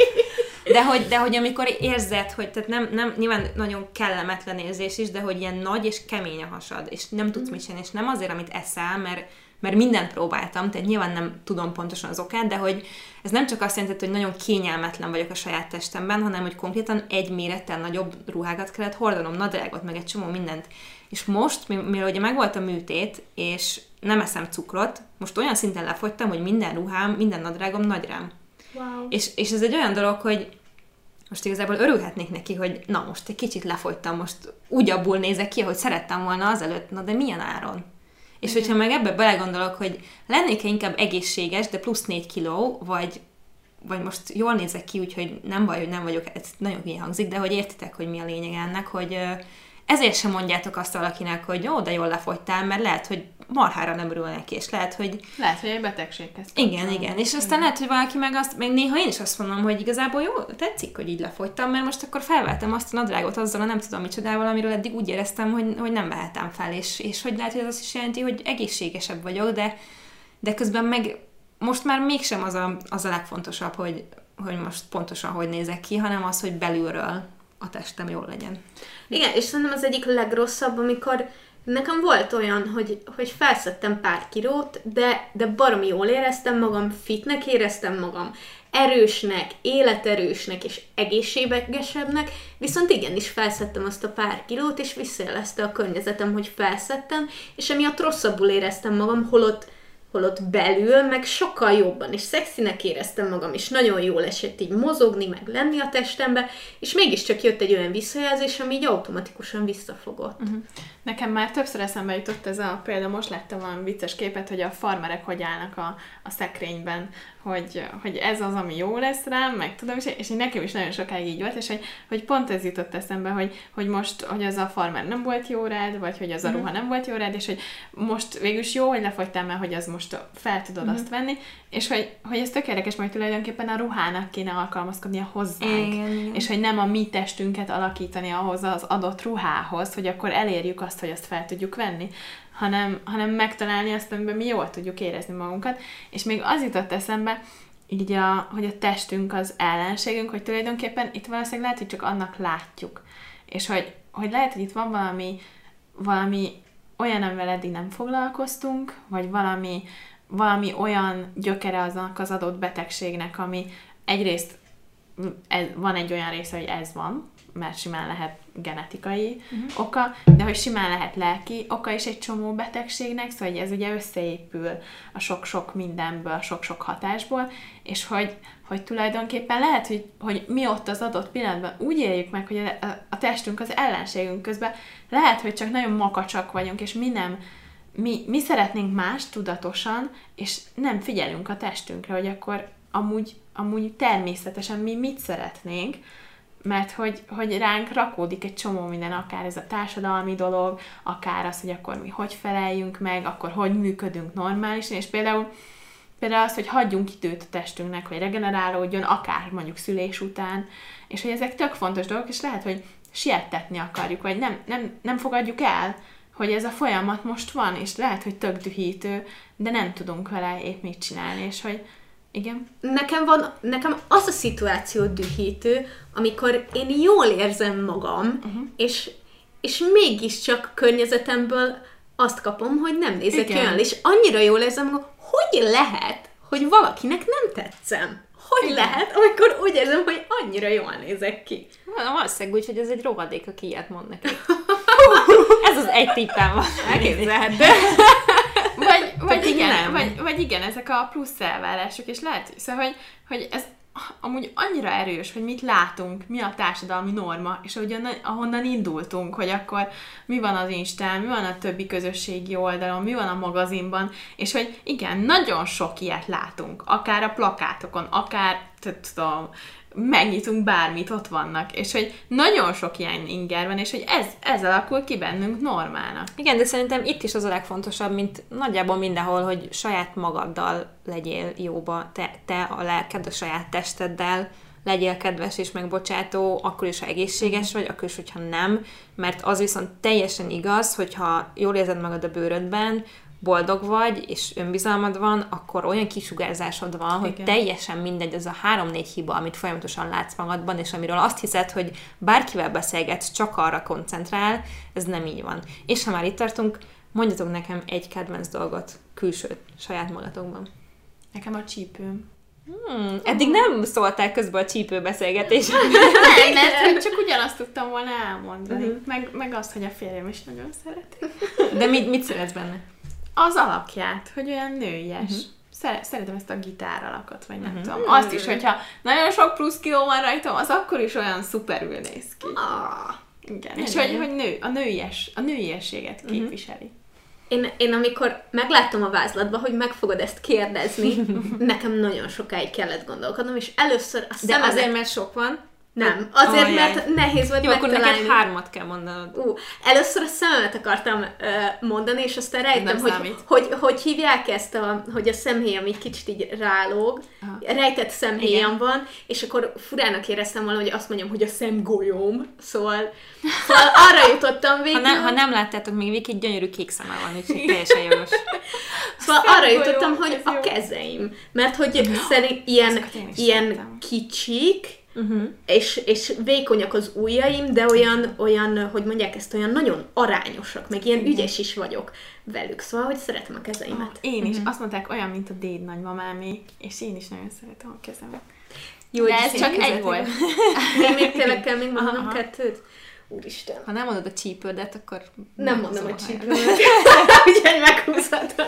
De hogy amikor érzed, hogy tehát nem nyilván nagyon kellemetlen érzés is, de hogy ilyen nagy és kemény a hasad, és nem tudsz mit csinálni, és nem azért, amit eszel, mert mindent próbáltam, tehát nyilván nem tudom pontosan az okát, de hogy ez nem csak azt jelenti, hogy nagyon kényelmetlen vagyok a saját testemben, hanem hogy konkrétan egy mérettel nagyobb ruhákat kellett hordanom, nadrágot, meg egy csomó mindent. És most, mivel ugye megvolt a műtét, és nem eszem cukrot, most olyan szinten lefogytam, hogy minden ruhám, minden nadrágom nagy rám. Wow. És ez egy olyan dolog, hogy most igazából örülhetnék neki, hogy na most egy kicsit lefogytam, most úgy abból nézek ki, ahogy szerettem volna azelőtt, na de milyen áron? És hogyha meg ebbe belegondolok, hogy lennék inkább egészséges, de plusz 4 kiló, vagy most jól nézek ki, úgyhogy nem baj, hogy nem vagyok, ez nagyon hülye hangzik, de hogy értitek, hogy mi a lényeg ennek, hogy ezért sem mondjátok azt valakinek, hogy jó, de jól lefogytál, mert lehet, hogy marhára nem örül neki, és lehet, hogy egy betegséghez. Igen, és aztán lehet, hogy valaki meg azt, meg néha én is azt mondom, hogy igazából jó, tetszik, hogy így lefogytam, mert most akkor felvettem azt a nadrágot azzal a nem tudom micsodával, amiről eddig úgy éreztem, hogy nem vehetem fel, és hogy lehet, hogy az is jelenti, hogy egészségesebb vagyok, de közben meg most már mégsem az a legfontosabb, hogy most pontosan hogy nézek ki, hanem az, hogy belülről a testem jól legyen. Igen, és szerintem az egyik legrosszabb, amikor nekem volt olyan, hogy felszedtem pár kilót, de baromi jól éreztem magam, fitnek éreztem magam, erősnek, életerősnek és egészségesebbnek, viszont igenis felszedtem azt a pár kilót, és visszajelezte a környezetem, hogy felszedtem, és emiatt rosszabbul éreztem magam, holott belül, meg sokkal jobban, és szexinek éreztem magam, és nagyon jól esett így mozogni, meg lenni a testembe, és mégiscsak jött egy olyan visszajelzés, ami így automatikusan visszafogott. Uh-huh. Nekem már többször eszembe jutott ez például most láttam valami vicces képet, hogy a farmerek hogy állnak a szekrényben, hogy ez az, ami jó lesz rám, meg tudom, és nekem is nagyon sokáig így volt, és hogy pont ez jutott eszembe, hogy most, hogy az a farmer nem volt jó rád, vagy hogy az a ruha nem volt jó rád, és hogy most végülis jó, hogy lefogytál, mert hogy az most fel tudod azt venni, és hogy ez tök érdekes, majd tulajdonképpen a ruhának kéne alkalmazkodnia hozzánk, és hogy nem a mi testünket alakítani ahhoz az adott ruhához, hogy akkor elérjük azt, hogy azt fel tudjuk venni, hanem megtalálni azt, amiben mi jól tudjuk érezni magunkat. És még az jutott eszembe, így hogy a testünk az ellenségünk, hogy tulajdonképpen itt valószínűleg lehet, hogy csak annak látjuk. És hogy lehet, hogy itt van valami olyan, amivel eddig nem foglalkoztunk, vagy valami olyan gyökere aznak az adott betegségnek, ami egyrészt van egy olyan része, hogy ez van, mert simán lehet genetikai oka, de hogy simán lehet lelki oka is egy csomó betegségnek, szóval hogy ez ugye összeépül a sok-sok mindenből, sok-sok hatásból, és hogy tulajdonképpen lehet, hogy mi ott az adott pillanatban úgy éljük meg, hogy a testünk az ellenségünk, közben lehet, hogy csak nagyon makacsak vagyunk, és mi szeretnénk más tudatosan, és nem figyelünk a testünkre, hogy akkor amúgy természetesen mi mit szeretnénk, mert hogy ránk rakódik egy csomó minden, akár ez a társadalmi dolog, akár az, hogy akkor mi hogy feleljünk meg, akkor hogy működünk normálisan, és például az, hogy hagyjunk időt a testünknek, hogy regenerálódjon, akár mondjuk szülés után, és hogy ezek tök fontos dolgok, és lehet, hogy siettetni akarjuk, vagy nem fogadjuk el, hogy ez a folyamat most van, és lehet, hogy tök dühítő, de nem tudunk vele épp mit csinálni, és hogy igen. Nekem az a szituáció dühítő, amikor én jól érzem magam, és mégiscsak környezetemből azt kapom, hogy nem nézek olyan, és annyira jól érzem magam, hogy lehet, hogy valakinek nem tetszem. hogy lehet, amikor úgy érzem, hogy annyira jól nézek ki. Valószínűleg úgy, hogy ez egy rohadék, aki ilyet mond neki. Ez az egy tippem van. Elképzelhető. Vagy igen, ezek a plusz elvárások, és lehet, szóval, hogy ez amúgy annyira erős, hogy mit látunk, mi a társadalmi norma, és ahonnan indultunk, hogy akkor mi van az Instán, mi van a többi közösségi oldalon, mi van a magazinban, és hogy igen, nagyon sok ilyet látunk, akár a plakátokon, akár tudom, megnyitunk bármit, ott vannak, és hogy nagyon sok ilyen inger van, és hogy ez alakul ki bennünk normálnak. Igen, de szerintem itt is az a legfontosabb, mint nagyjából mindenhol, hogy saját magaddal legyél jóba, te a lelked, a saját testeddel, legyél kedves és megbocsátó, akkor is, ha egészséges vagy, akkor is, hogyha nem, mert az viszont teljesen igaz, hogyha jól érzed magad a bőrödben, boldog vagy, és önbizalmad van, akkor olyan kisugárzásod van, hogy teljesen mindegy az a 3-4 hiba, amit folyamatosan látsz magadban, és amiről azt hiszed, hogy bárkivel beszélgetsz, csak arra koncentrál, ez nem így van. És ha már itt tartunk, mondjatok nekem egy kedvenc dolgot külső, saját magatokban. Nekem a csípőm. Eddig nem szóltál közben a csípőbeszélgetésben. Nem, mert csak ugyanazt tudtam volna elmondani. Meg azt, hogy a férjem is nagyon szereti. De mit szeretsz benne? Az alakját, hogy olyan nőies. Szeretem ezt a gitár alakot, vagy nem tudom. Azt is, hogyha nagyon sok plusz kiló van rajtam, az akkor is olyan szuperül néz ki. Igen. És hogy nő, a nőiességet képviseli. Én amikor megláttam a vázlatba, hogy meg fogod ezt kérdezni, nekem nagyon sokáig kellett gondolkodnom, és először a szememet... De azért, mert sok van? Nem, azért, mert nehéz volt megtalálni. Jó, akkor neked 3 kell mondanod. Először a szememet akartam mondani, és aztán rájöttem, hogy hívják ezt, hogy a szemhéjam így kicsit így rálóg, rejtett szemhéjam van, és akkor furának éreztem volna, hogy azt mondjam, hogy a szemgolyóm, szóval arra jutottam végül. Ha nem láttátok még, Viki gyönyörű kék szeme van, úgyhogy teljesen jogos. Szóval arra jutottam, hogy a kezeim, mert hogy szerint ilyen kicsik, és vékonyak az ujjaim, de olyan, hogy mondják ezt, olyan nagyon arányosak, meg ilyen ügyes is vagyok velük, szóval, hogy szeretem a kezeimet. Én is. Azt mondták, olyan, mint a déd nagymamámé, és én is nagyon szeretem a kezemet. Jó, de ez csak egy volt. Még tényleg kell még mondanom 2. Úristen. Ha nem mondod a csípődet, akkor... Nem mondom a csípődet. Úgyhogy meghúzhatod.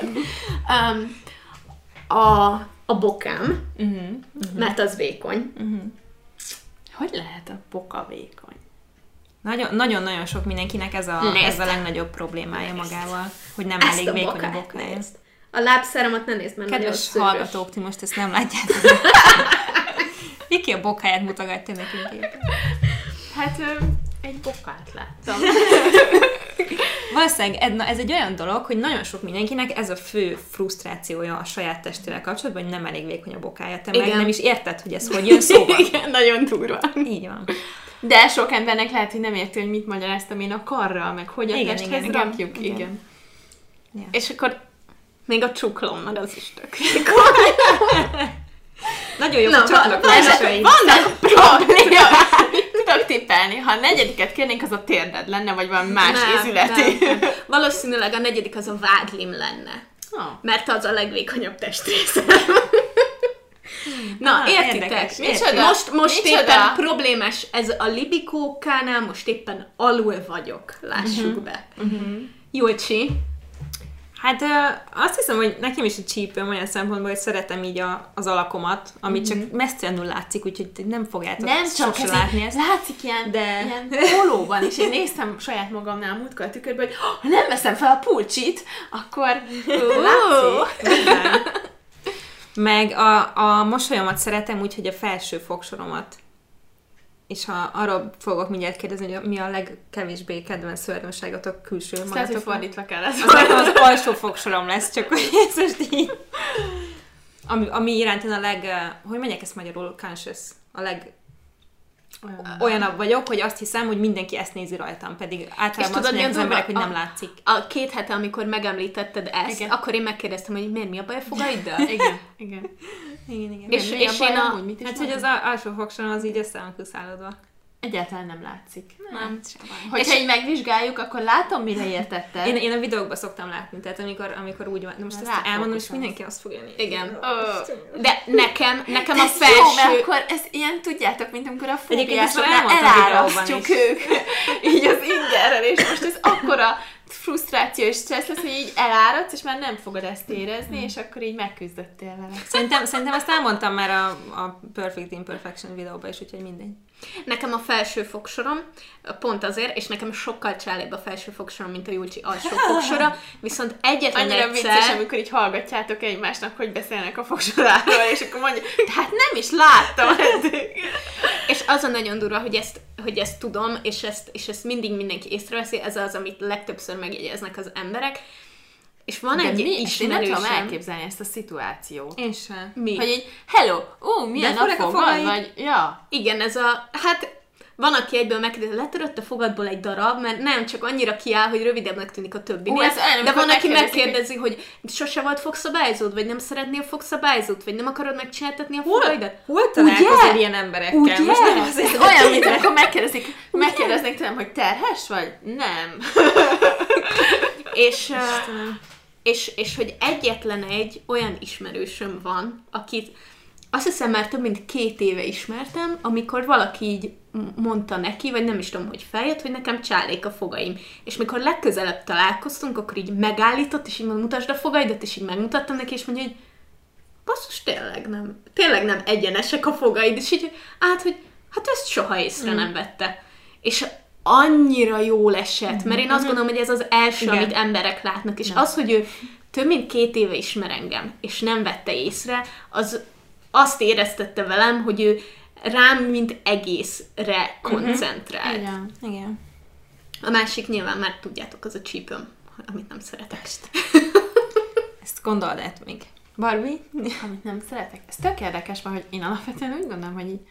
A bokám, mert az vékony. Hogy lehet a boka vékony? Nagyon-nagyon sok mindenkinek ez a legnagyobb problémája magával, hogy nem elég vékony a bokája. A lábszáramat ne nézd, mert kedves hallgatók, ti most ezt nem látjátok. Viki a bokáját mutogatja nekünk. Hát egy bokát láttam. Valószínűleg ez egy olyan dolog, hogy nagyon sok mindenkinek ez a fő frusztrációja a saját testével kapcsolatban, hogy nem elég vékony a bokája. Te meg nem is érted, hogy ez hogy jön szóba. Igen, nagyon durva. Így van. De sok embernek lehet, hogy nem érti, hogy mit magyaráztam én a karral, meg hogy a testhez rakjuk. Igen. Ja. És akkor még a csuklom, mert az is tök. Nagyon jó, hogy csatlakozó. Vannak problémák. Tudok tippelni, ha a 4. kérnénk, az a térded lenne, vagy valami más ízületi. Nem. Valószínűleg a 4. az a vádlim lenne. Mert az a legvékonyabb testrésze. Na, értitek? Most éppen problémás ez a libikókánál, most éppen alul vagyok. Lássuk be. Júlcsi. Hát azt hiszem, hogy nekem is a csípőm olyan szempontból, hogy szeretem így az alakomat, amit csak mesztelenül látszik, úgyhogy nem fogjátok sosem látni ezt. Látszik ilyen polóban, és én néztem saját magamnál múltkor a tükörbe, hogy ha nem veszem fel a pulcsit, akkor látszik. Meg a mosolyomat szeretem úgy, hogy a felső fogsoromat. És ha arról fogok mindjárt kérdezni, hogy mi a legkevésbé kedvenc szörnyűségotok külső magatokon. Tehát, hogy fordítva kellett. Az alsó fogsorom lesz, csak hogy ez most így. Ami iránt én hogy mondják ezt magyarul, conscious, olyanabb vagyok, hogy azt hiszem, hogy mindenki ezt nézi rajtam, pedig általában azt mondják az emberek, hogy nem látszik. A 2 hete, amikor megemlítetted ezt, akkor én megkérdeztem, hogy miért, mi a baj a fogaiddal? Igen. És én hát, hogy az alsó fogsorom az így össze van kuszálódva. Egyáltalán nem látszik. Nem. Hogyha így megvizsgáljuk, akkor látom, mire értetted. Én a videókban szoktam látni, tehát amikor úgy van, de most ezt elmondom, és mindenki azt fogja nézni. Igen. De nekem a felső... Jó, mert felső... akkor ez ilyen, tudjátok, mint amikor a Egyébként ezt már fóbiásoknál elmondtam elárasztjuk ők így az ingerrel, és most ez akkora frusztráció és stressz lesz, hogy így eláradsz, és már nem fogod ezt érezni, és akkor így megküzdöttél vele. Szerintem ezt elmondtam már a Perfect Imperfection videóban is, úgyhogy mindegy. Nekem a felső fogsorom, pont azért, és nekem sokkal csálébb a felső fogsorom, mint a Julcsi alsó fogsora, viszont egyetlen annyira egyszer... vicces, amikor így hallgatjátok egymásnak, hogy beszélnek a fogsoráról, és akkor mondja, hát nem is láttam eddig. És az a nagyon durva, hogy ezt tudom, és ezt mindig mindenki észreveszi, ez az, amit legtöbbször megjegyeznek az emberek. És van egy ismerősöm... Én nem tudom elképzelni ezt a szituációt. Én sem. Mi? Hogy így, hello, milyen a fogad, vagy... Ja. Igen, ez a... Hát van, aki egyből megkérdezi, letörött a fogadból egy darab, mert nem csak annyira kiáll, hogy rövidebbnek tűnik a többinél, de van, aki megkérdezi, hogy sose volt fogszabályzód, vagy nem szeretnél fogszabályzót, vagy nem akarod megcsináltatni a fogaidat? Hol találkozol ilyen emberekkel? Ugye? Most nem azért olyan, mint amikor megkérdeznék tőlem, hogy terhes vagy? Nem. És hogy egyetlen egy olyan ismerősöm van, akit azt hiszem már több mint 2 éve ismertem, amikor valaki így mondta neki, vagy nem is tudom, hogy feljött, hogy nekem csálék a fogaim. És mikor legközelebb találkoztunk, akkor így megállított, és így mutasd a fogaidat, és így megmutattam neki, és mondja, hogy basszus, tényleg nem egyenesek a fogaid, és így hogy hát ezt soha észre nem vette. És annyira jól esett, mert én azt gondolom, hogy ez az első, amit emberek látnak, és az, hogy ő több mint 2 éve ismer engem, és nem vette észre, az azt éreztette velem, hogy ő rám, mint egészre koncentrál. Igen. A másik nyilván már tudjátok, az a csípőm, amit nem szeretek. Ezt gondold át még. Barbie? Amit nem szeretek. Ez tök érdekes van, hogy én alapvetően úgy gondolom, hogy így...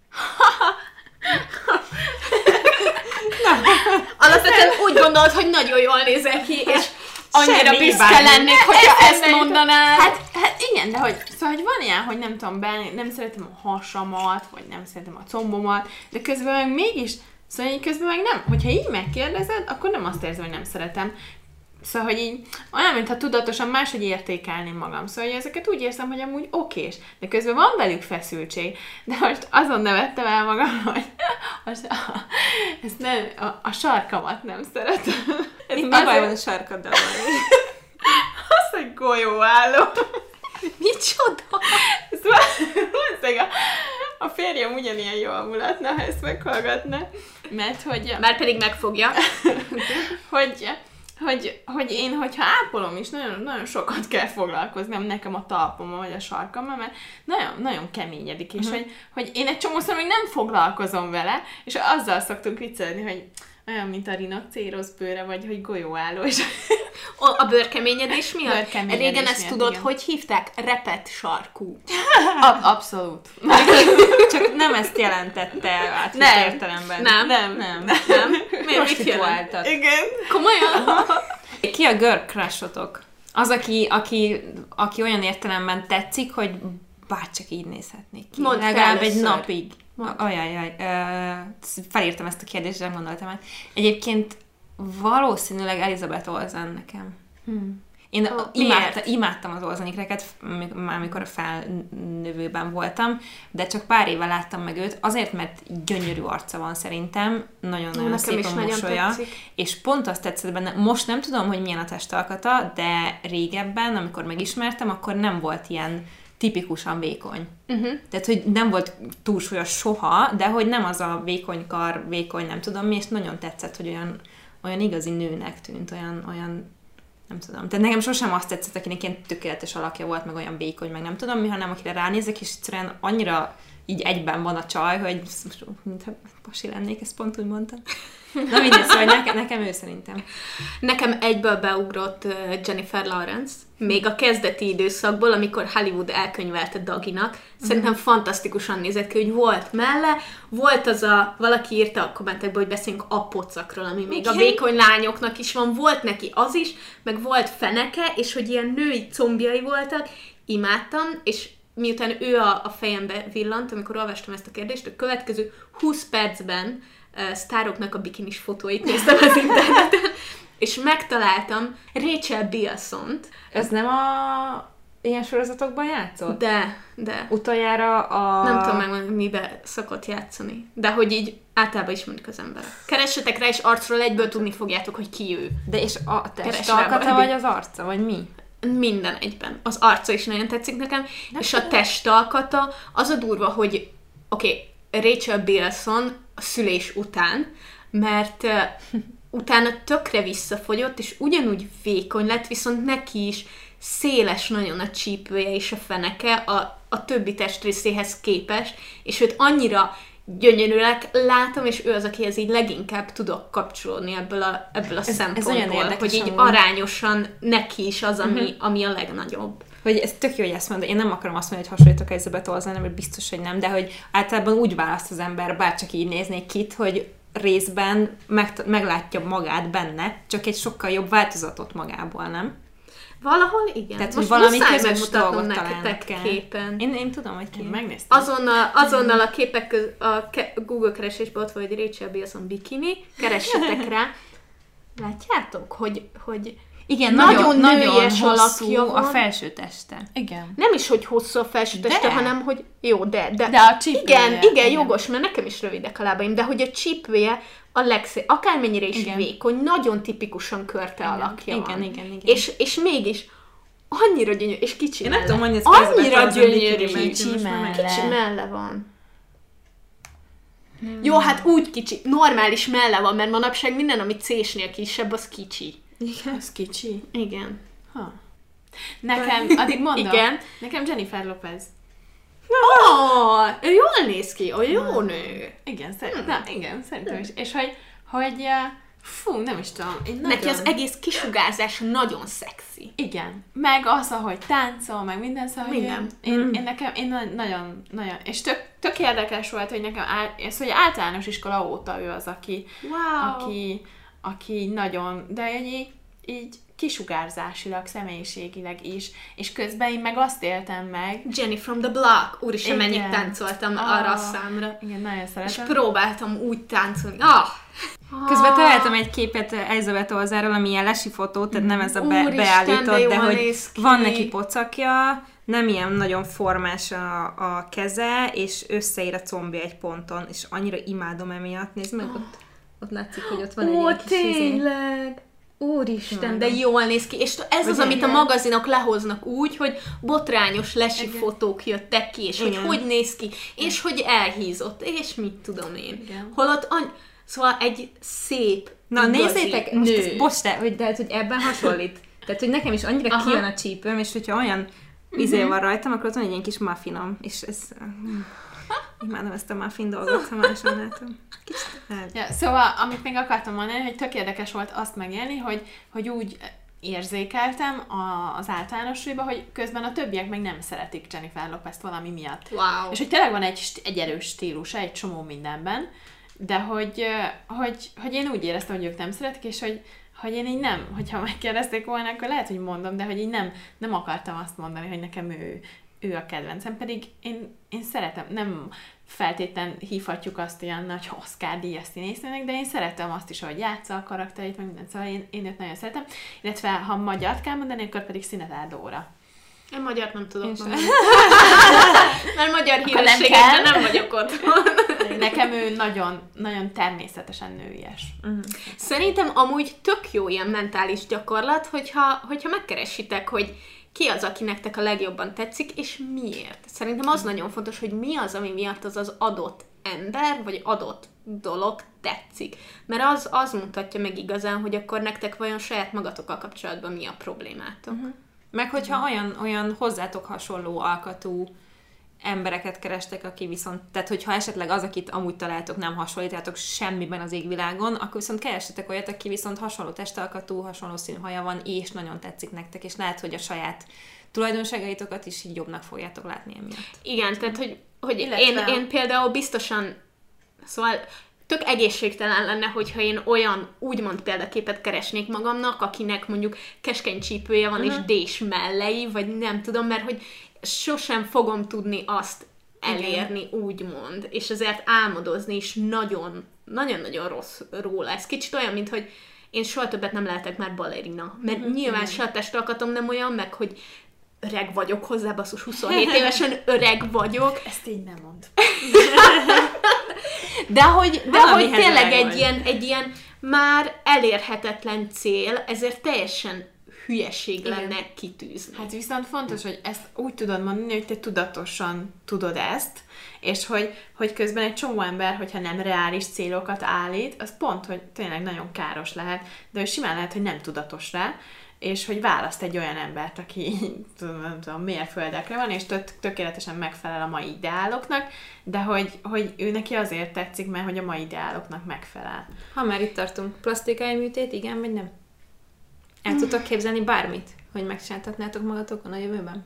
Alapvetően úgy gondolod, hogy nagyon jól nézel ki, és annyira büszke lennék, hogyha ezt mondanád. Hát igen, de hogy, szóval, hogy van ilyen, hogy nem tudom, nem szeretem a hasamat, vagy nem szeretem a combomat, de közben meg mégis, szóval így közben meg nem, hogyha így megkérdezed, akkor nem azt érzem, hogy nem szeretem. Szóval, hogy így olyan, mintha tudatosan máshogy értékelném magam. Szóval, hogy ezeket úgy érzem, hogy amúgy okés, de közben van velük feszültség. De most azon nevettem el magam, hogy ezt nem, a sarkamat nem szeretem. Mi baj van a sarkaddal? Az, hogy golyóálló. Micsoda? Valószínűleg a férjem ugyanilyen jól mulatna, ha ezt meghallgatna. Mert hogy... Már pedig megfogja. hogy én, hogyha ápolom is, nagyon, nagyon sokat kell foglalkoznom nekem a talpommal, vagy a sarkammal, mert nagyon, nagyon keményedik, és hogy én egy csomószor még nem foglalkozom vele, és azzal szoktunk viccelni, hogy olyan, mint a rinocérosz bőre, vagy hogy golyóálló. És a bőrkeményedés miatt? Régen ezt tudod, igen. Hogy hívták? Repett sarkú. Abszolút. Csak nem ezt jelentette átvitt értelemben. Nem. Prostituáltat. Igen. Komolyan? Ki a girl crush-otok? Az, aki olyan értelemben tetszik, hogy bárcsak így nézhetnék ki. Mondd legalább először. egy napig. Ajajaj. Felírtam ezt a kérdést, nem gondoltam át. Egyébként valószínűleg Elizabeth Olsen nekem. Én imádtam az Olsenikreket, már amikor a felnövőben voltam, de csak pár éve láttam meg őt, azért, mert gyönyörű arca van szerintem, nagyon-nagyon szép a mosolya, és pont azt tetszett benne, most nem tudom, hogy milyen a testalkata, de régebben, amikor megismertem, akkor nem volt ilyen tipikusan vékony. Tehát, hogy nem volt túlsúlyos soha, de hogy nem az a vékony kar, vékony nem tudom mi, és nagyon tetszett, hogy olyan igazi nőnek tűnt, olyan nem tudom. Tehát nekem sosem azt tetszett, akinek ilyen tökéletes alakja volt, meg olyan vékony, meg nem tudom mi, hanem akire ránézek, és egyszerűen annyira így egyben van a csaj, hogy mintha pasi lennék, ezt pont úgy mondtam. Na mindegy, szóval nekem ő szerintem. Nekem egyből beugrott Jennifer Lawrence, még a kezdeti időszakból, amikor Hollywood elkönyvelte Daginak. Szerintem fantasztikusan nézett ki, hogy volt melle, volt az valaki írta a kommentekben, hogy beszélünk a pocakról, ami még a vékony lányoknak is van, volt neki az is, meg volt feneke, és hogy ilyen női combjai voltak, imádtam, és miután ő a fejembe villant, amikor olvastam ezt a kérdést, a következő 20 percben sztároknak a bikinis fotóit néztem az interneten, és megtaláltam Rachel Bilsont. Ez nem ilyen sorozatokban játszott? De. Utoljára Nem tudom megmondani, miben szokott játszani. De hogy így általában ismerik az emberek. Keressetek rá, és arcról egyből tudni fogjátok, hogy ki ő. De és a testalkata vagy az arca, vagy mi? Minden egyben. Az arca is nagyon tetszik nekem, és a testalkata az a durva, hogy Rachel Bilson a szülés után, mert utána tökre visszafogyott, és ugyanúgy vékony lett, viszont neki is széles nagyon a csípője és a feneke a többi testrészéhez képest, és őt annyira gyönyörűnek látom, és ő az, akihez így leginkább tudok kapcsolódni ebből a szempontból, hogy így arányosan neki is az, ami a legnagyobb. Hogy ez tök jó, hogy ezt mondod. Én nem akarom azt mondani, hogy hasonlítok Elizabeth Olsen, mert biztos, hogy nem, de hogy általában úgy választ az ember, bárcsak így néznék Kit, hogy részben meglátja magát benne, csak egy sokkal jobb változatot magából, nem? Valahol igen. Tehát, most hogy valami közös dolgot nektek képen. Én tudom, hogy ki. Megnéztem. Azonnal a képek Google keresésben ott van, hogy Rachel Bilson bikini, keressetek rá. Látjátok, hogy igen, nagyon nőies hosszú alakja van. A felső teste. Igen. Nem is, hogy hosszú a felső teste, hanem, hogy jó, de a csípője. Igen, jogos, mert nekem is rövidek a lábaim, de hogy a csípője a legszép, akármennyire is vékony, nagyon tipikusan körte alakja van. Igen. És mégis annyira gyönyörű, és kicsi Én melle. nem tudom, hogy annyira gyönyörű, kicsi melle van. Jó, hát úgy kicsi, normális melle van, mert manapság minden, ami C-snél kisebb, az kicsi. Igen. Az kicsi? Igen. Nekem, addig mondom, igen. Nekem Jennifer Lopez. Ő jól néz ki, a jó nő. Igen, szerintem is. És hogy nem is tudom. Neki az egész kisugárzás nagyon szexi. Igen. Meg az, ahogy táncol, meg minden, szóval minden. Én nagyon, és tök érdekes volt, hogy nekem hogy általános iskola óta ő az, aki nagyon, de így kisugárzásilag, személyiségileg is, és közben én meg azt éltem meg. Jenny from the Block. Úristen, mennyit táncoltam arra a számra. Igen, nagyon szeretem. És próbáltam úgy táncolni. Közben találtam egy képet Elizabeth Olsenről, ami ilyen lesi fotó, tehát nem ez a beállított, de hogy van neki pocakja, nem ilyen nagyon formás a keze, és összeír a combja egy ponton, és annyira imádom emiatt. Nézd meg, ott látszik, hogy ott van egy ilyen kis tényleg! Úristen, de jól néz ki. És ez az, amit a magazinok lehoznak úgy, hogy botrányos lesi fotók jöttek ki, és hogy néz ki, és hogy elhízott, és mit tudom én. Igen. Holott szóval egy szép, na nézzétek, nő. Most hogy ebben hasonlít. Tehát, hogy nekem is annyira kijön a csípőm, és hogyha olyan izé van rajtam, akkor ott van egy ilyen kis muffinom, és ez... Imádom ezt a muffin dolgot, ha már sem látom. Szóval, amit még akartam mondani, hogy tök érdekes volt azt megélni, hogy úgy érzékeltem az általános suliba, hogy közben a többiek meg nem szeretik Jennifer Lopez-t valami miatt. Wow. És hogy tényleg van egy erős stílusa, egy csomó mindenben, de hogy én úgy éreztem, hogy ők nem szeretik, és hogy én így nem, hogyha megkérdezték volna, akkor lehet, hogy mondom, de hogy így nem akartam azt mondani, hogy nekem ő a kedvencem, pedig én szeretem, nem feltétlen hívhatjuk azt olyan nagy Oscar-díjas színésznőnek, de én szeretem azt is, hogy játsza a karakterét, meg mindent, szóval én őt nagyon szeretem, illetve ha magyart kell mondani, akkor pedig Szinetár Dóra. Én magyart nem tudok mondani. Mert magyar hírességekben nem vagyok otthon. Nekem ő nagyon, nagyon természetesen nőies. Szerintem amúgy tök jó ilyen mentális gyakorlat, hogyha megkeresitek, hogy ki az, aki nektek a legjobban tetszik, és miért. Szerintem az nagyon fontos, hogy mi az, ami miatt az adott ember, vagy adott dolog tetszik. Mert az mutatja meg igazán, hogy akkor nektek vajon saját magatokkal kapcsolatban mi a problémátok. Meg hogyha olyan hozzátok hasonló alkatú embereket kerestek, aki viszont, tehát hogyha esetleg az, akit amúgy találtok, nem hasonlítátok semmiben az égvilágon, akkor viszont keressetek olyat, aki viszont hasonló testalkatú, hasonló színű haja van, és nagyon tetszik nektek, és lehet, hogy a saját tulajdonságaitokat is így jobbnak fogjátok látni emiatt. Igen, tehát hogy én például biztosan, szóval tök egészségtelen lenne, hogyha én olyan úgymond példaképet keresnék magamnak, akinek mondjuk keskeny csípője van és dés mellei, vagy nem tudom, mert hogy sosem fogom tudni azt elérni, úgymond, és ezért álmodozni is nagyon-nagyon rossz róla. Ez kicsit olyan, mint hogy én soha többet nem lehetek már balerina, mert nyilván se a testalkatom nem olyan, meg hogy öreg vagyok hozzá, basszus, 27 évesen öreg vagyok. Ezt így nem mond. De hogy tényleg egy ilyen már elérhetetlen cél, ezért teljesen hülyeség lenne kitűzni. Hát viszont fontos, hogy ezt úgy tudod mondani, hogy te tudatosan tudod ezt, és hogy közben egy csomó ember, hogyha nem reális célokat állít, az pont, hogy tényleg nagyon káros lehet, de hogy simán lehet, hogy nem tudatos rá, és hogy választ egy olyan embert, aki nem tudom, mérföldekre van, és tökéletesen megfelel a mai ideáloknak, de hogy ő neki azért tetszik, mert hogy a mai ideáloknak megfelel. Ha már itt tartunk, plastikai műtét, igen vagy nem? El tudtok képzelni bármit, hogy megcsináltatnátok magatokon a jövőben?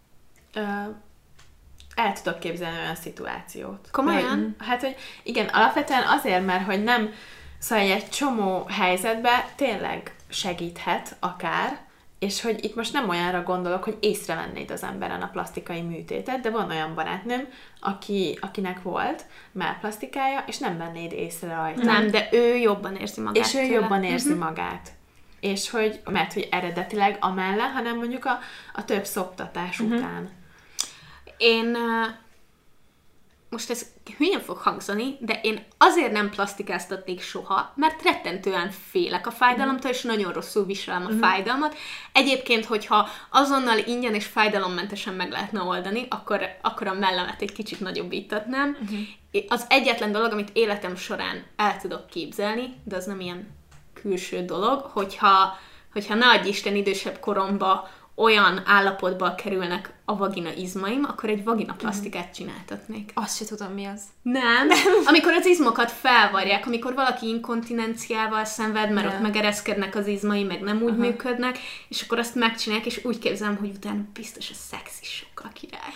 El tudok képzelni olyan szituációt. Komolyan? Hogy igen, alapvetően azért, mert hogy nem, szóval egy csomó helyzetben tényleg segíthet akár, és hogy itt most nem olyanra gondolok, hogy észrevennéd az emberen a plastikai műtétet, de van olyan barátnőm, akinek volt mellplastikája, és nem vennéd észre rajta. Nem, de ő jobban érzi magát. És ő jobban érzi magát. És hogy, mert hogy eredetileg amellett, hanem mondjuk a több szoptatás után. Én most ez hülyén fog hangzani, de én azért nem plastikáztatnék soha, mert rettentően félek a fájdalomtól, és nagyon rosszul viselem a fájdalmat. Egyébként, hogyha azonnal ingyen és fájdalommentesen meg lehetne oldani, akkor a mellemet egy kicsit nagyobbítatnám. Az egyetlen dolog, amit életem során el tudok képzelni, de az nem ilyen külső dolog, hogyha ne adj Isten idősebb koromba olyan állapotba kerülnek a vagina izmaim, akkor egy vaginaplasztikát csináltatnék. Azt se tudom, mi az. Nem. Amikor az izmokat felvarják, amikor valaki inkontinenciával szenved, mert ott megereszkednek az izmai, meg nem úgy működnek, és akkor azt megcsinálják, és úgy képzelem, hogy utána biztos a szex is sokkal király.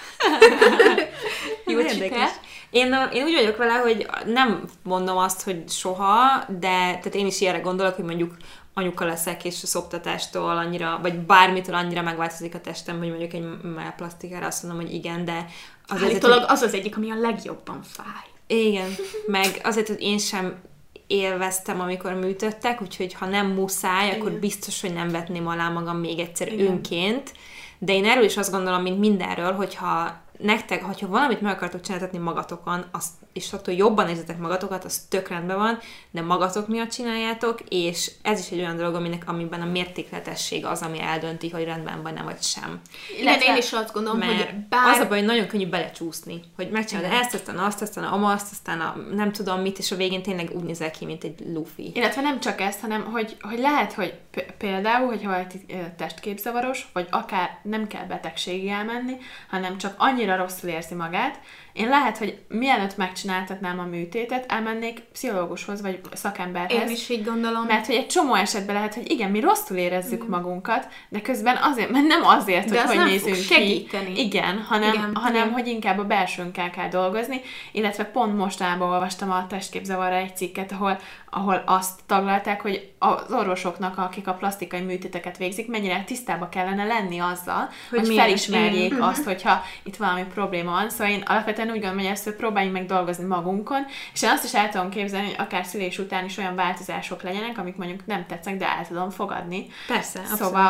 Jó, érdekes. Én úgy vagyok vele, hogy nem mondom azt, hogy soha, de tehát én is ilyenre gondolok, hogy mondjuk anyuka leszek, és a szoptatástól annyira, vagy bármitől annyira megváltozik a testem, hogy mondjuk egy mellplastikára azt mondom, hogy igen, de állítólag az az egyik, ami a legjobban fáj. Igen, meg azért, hogy én sem élveztem, amikor műtöttek, úgyhogy ha nem muszáj, igen, akkor biztos, hogy nem vetném alá magam még egyszer önként, de én erről is azt gondolom, mint mindenről, hogyha nektek, ha valamit meg akartok csináltatni magatokon, és attól jobban érzitek magatokat, az tök rendben van, de magatok miatt csináljátok, és ez is egy olyan dolog, amiben a mértékletesség az, ami eldönti, hogy rendben van-e vagy sem. Igen, én is azt gondolom, hogy az a baj, hogy nagyon könnyű belecsúszni, hogy megcsinálod ezt, aztán azt, aztán azt, aztán nem tudom mit, és a végén tényleg úgy nézel ki, mint egy lufi. Illetve nem csak ezt, hanem hogy lehet, hogy például, hogyha valaki testképzavaros, vagy akár nem kell betegségig elmenni, hanem csak annyira rosszul érzi magát, én lehet, hogy mielőtt megcsináltatnám a műtétet, elmennék pszichológushoz, vagy szakemberhez. Én is így gondolom. Mert hogy egy csomó esetben lehet, hogy igen, mi rosszul érezzük magunkat, de közben azért, mert nem azért, de hogy nézünk segíteni. ki. Igen, hanem hogy inkább a belsőnkkel kell dolgozni, illetve pont mostanában olvastam a testképzavarra egy cikket, ahol azt taglalták, hogy az orvosoknak, akik a plastikai műtéteket végzik, mennyire tisztába kellene lenni azzal, hogy felismerjék azt, hogyha itt valami probléma van. Szóval én alapvetően úgy gondolom, hogy ezt próbáljunk meg dolgozni magunkon, és én azt is el tudom képzelni, hogy akár szülés után is olyan változások legyenek, amik mondjuk nem tetszenek, de el tudom fogadni. Persze, szóval,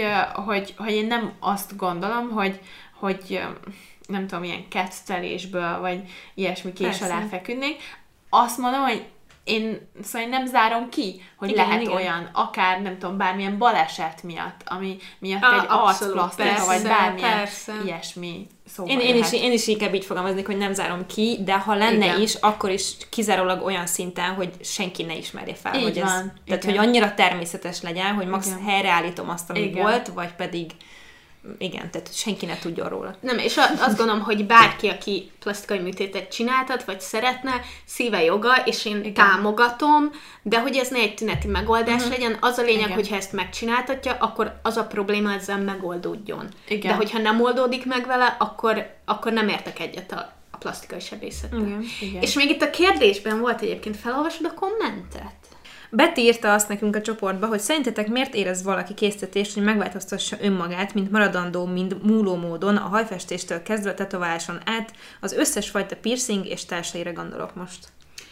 hogy én nem azt gondolom, hogy nem tudom, ilyen kettelésből, vagy ilyesmi kés alá feküdnék. Azt mondom, hogy én nem zárom ki, hogy igen, lehet olyan, akár nem tudom, bármilyen baleset miatt, ami miatt egy arcplasztika, vagy bármilyen ilyesmi szóval én is inkább így fogalmaznék, hogy nem zárom ki, de ha lenne is, akkor is kizárólag olyan szinten, hogy senki ne ismerje fel, így hogy van, ez, tehát hogy annyira természetes legyen, hogy max helyreállítom azt, ami volt, vagy pedig igen, tehát senki ne tudjon róla. Nem, és azt gondolom, hogy bárki, aki plastikai műtétet csináltat, vagy szeretne, szíve joga, és én támogatom, de hogy ez ne egy tüneti megoldás legyen, az a lényeg, hogyha ezt megcsináltatja, akkor az a probléma ezzel megoldódjon. Igen. De hogyha nem oldódik meg vele, akkor nem értek egyet a plastikai sebészettel. Igen. És még itt a kérdésben volt egyébként, felolvasod a kommentet? Betty írta azt nekünk a csoportba, hogy szerintetek miért érez valaki késztetést, hogy megváltoztassa önmagát, mint maradandó, mint múló módon, a hajfestéstől kezdve a tetováláson át, az összes fajta piercing és társaira gondolok most.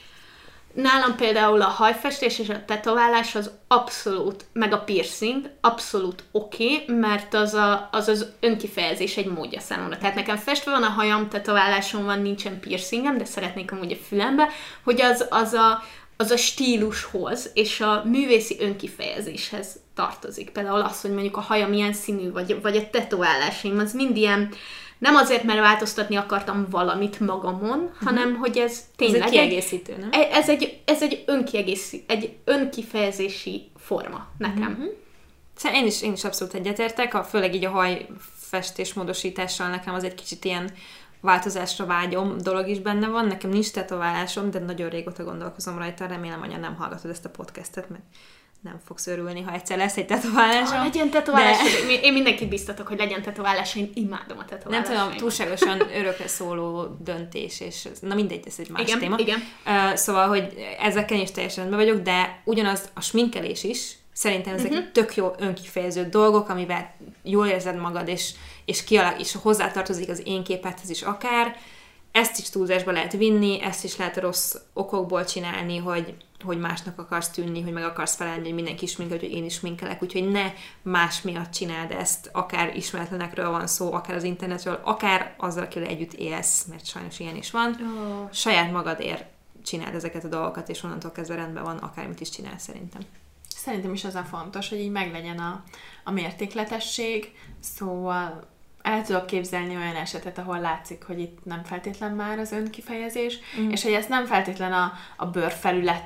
Nálam például a hajfestés és a tetoválás az abszolút, meg a piercing abszolút oké, mert az önkifejezés egy módja számomra. Tehát nekem festve van a hajam, tetoválásom van, nincsen piercingem, de szeretnék amúgy a fülembe, hogy az a stílushoz és a művészi önkifejezéshez tartozik. Például az, hogy mondjuk a hajam milyen színű, vagy a tetoválásaim, az mind ilyen, nem azért, mert változtatni akartam valamit magamon, hanem hogy ez tényleg... Ez egy kiegészítő, nem? Ez egy önkifejezési forma nekem. Én is abszolút egyetértek, főleg így a hajfestés módosítással nekem az egy kicsit ilyen változásra vágyom dolog is benne van. Nekem nincs tetoválásom, de nagyon régóta gondolkozom rajta. Remélem, anya, nem hallgatod ezt a podcastet, mert nem fogsz örülni, ha egyszer lesz egy tetoválásom. Legyen tetoválás. De... Én mindenkit biztatok, hogy legyen tetoválás, én imádom a tetoválást. Nem tudom, túlságosan örökre szóló döntés, és na mindegy, ez egy más téma. Igen. Szóval, hogy ezekkel is teljesen rendben vagyok, de ugyanaz a sminkelés is, szerintem ezek tök jó önkifejező dolgok, amivel jól érzed magad, és hozzátartozik az én képethez is akár. Ezt is túlzásba lehet vinni, ezt is lehet rossz okokból csinálni, hogy másnak akarsz tűnni, hogy meg akarsz felelni, hogy mindenki sminkel, hogy én is sminkelek, úgyhogy ne más miatt csináld ezt, akár ismeretlenekről van szó, akár az internetről, akár azzal, akivel együtt élsz, mert sajnos ilyen is van. Saját magadért csináld ezeket a dolgokat, és onnantól kezdve rendben van, akármit is csinálsz szerintem. Szerintem is az a fontos, hogy így meglegyen a mértékletesség, szóval el tudok képzelni olyan esetet, ahol látszik, hogy itt nem feltétlen már az önkifejezés, és hogy ezt nem feltétlen a bőrfelület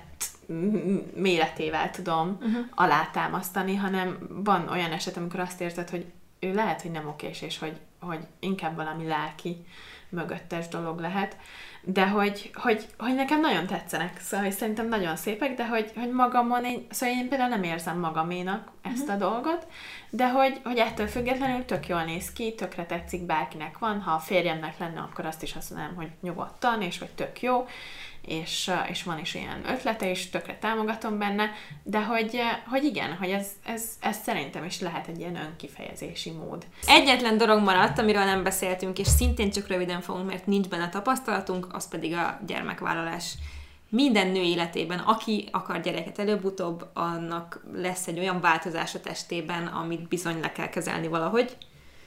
méretével tudom alátámasztani, hanem van olyan eset, amikor azt érzed, hogy ő lehet, hogy nem okés, és hogy inkább valami lelki mögöttes dolog lehet, de hogy nekem nagyon tetszenek, szóval szerintem nagyon szépek, de hogy magamon, szóval én például nem érzem magaménak ezt a dolgot, de hogy ettől függetlenül tök jól néz ki, tökre tetszik, bárkinek van, ha a férjemnek lenne, akkor azt is azt mondanám, hogy nyugodtan, és hogy tök jó, és van is ilyen ötlete, és tökre támogatom benne, de hogy igen, hogy ez szerintem is lehet egy ilyen önkifejezési mód. Egyetlen dolog maradt, amiről nem beszéltünk, és szintén csak röviden fogunk, mert nincs benne tapasztalatunk, az pedig a gyermekvállalás. Minden nő életében, aki akar gyereket előbb-utóbb, annak lesz egy olyan változás a testében, amit bizony le kell kezelni valahogy.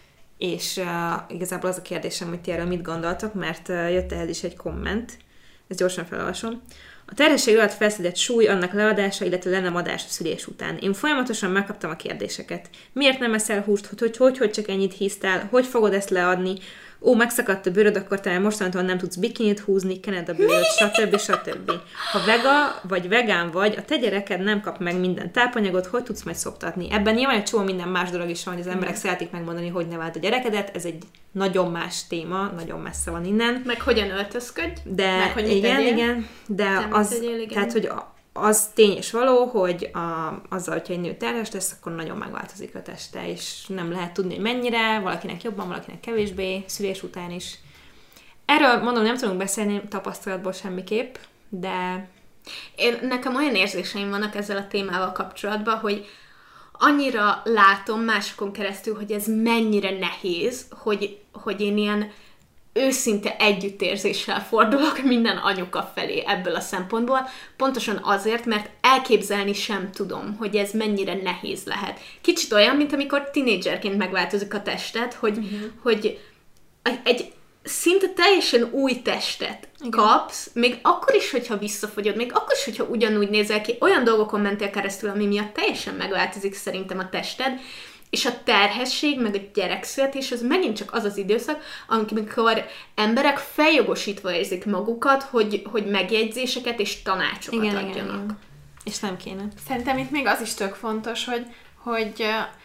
És igazából az a kérdésem, hogy ti erről mit gondoltok, mert jött ehhez is egy komment, ezt gyorsan felolvasom. A terhesség alatt felszedett súly, annak leadása, illetve le nem adása szülés után. Én folyamatosan megkaptam a kérdéseket. Miért nem eszel húst? Hogy csak ennyit hisztál? Hogy fogod ezt leadni? Ó, megszakadt a bőröd, akkor talán mostantól nem tudsz bikinit húzni, kened a bőröd, stb. Ha vega vagy vegán vagy, a te gyereked nem kap meg minden tápanyagot, hogy tudsz majd szoptatni? Ebben nyilván egy csomó minden más dolog is van, hogy az emberek szeretik megmondani, hogy neváld a gyerekedet, ez egy nagyon más téma, nagyon messze van innen. Meg hogyan öltözködj? De meg, hogy igen, de tehát, hogy az tény és való, hogy azzal, hogyha egy nő terhes lesz, akkor nagyon megváltozik a teste, és nem lehet tudni, hogy mennyire, valakinek jobban, valakinek kevésbé, szülés után is. Erről mondom, nem tudunk beszélni tapasztalatból semmiképp, de... Nekem olyan érzéseim vannak ezzel a témával kapcsolatban, hogy annyira látom másokon keresztül, hogy ez mennyire nehéz, hogy én ilyen őszinte együttérzéssel fordulok minden anyuka felé ebből a szempontból, pontosan azért, mert elképzelni sem tudom, hogy ez mennyire nehéz lehet. Kicsit olyan, mint amikor tinédzserként megváltozik a tested, hogy egy szinte teljesen új testet kapsz, még akkor is, hogyha visszafogyod, még akkor is, hogyha ugyanúgy nézel ki, olyan dolgokon mentél keresztül, ami miatt teljesen megváltozik szerintem a tested, és a terhesség, meg a gyerekszületés, az megint csak az az időszak, amikor emberek feljogosítva érzik magukat, hogy megjegyzéseket és tanácsokat adjanak. Igen. És nem kéne. Szerintem itt még az is tök fontos, hogy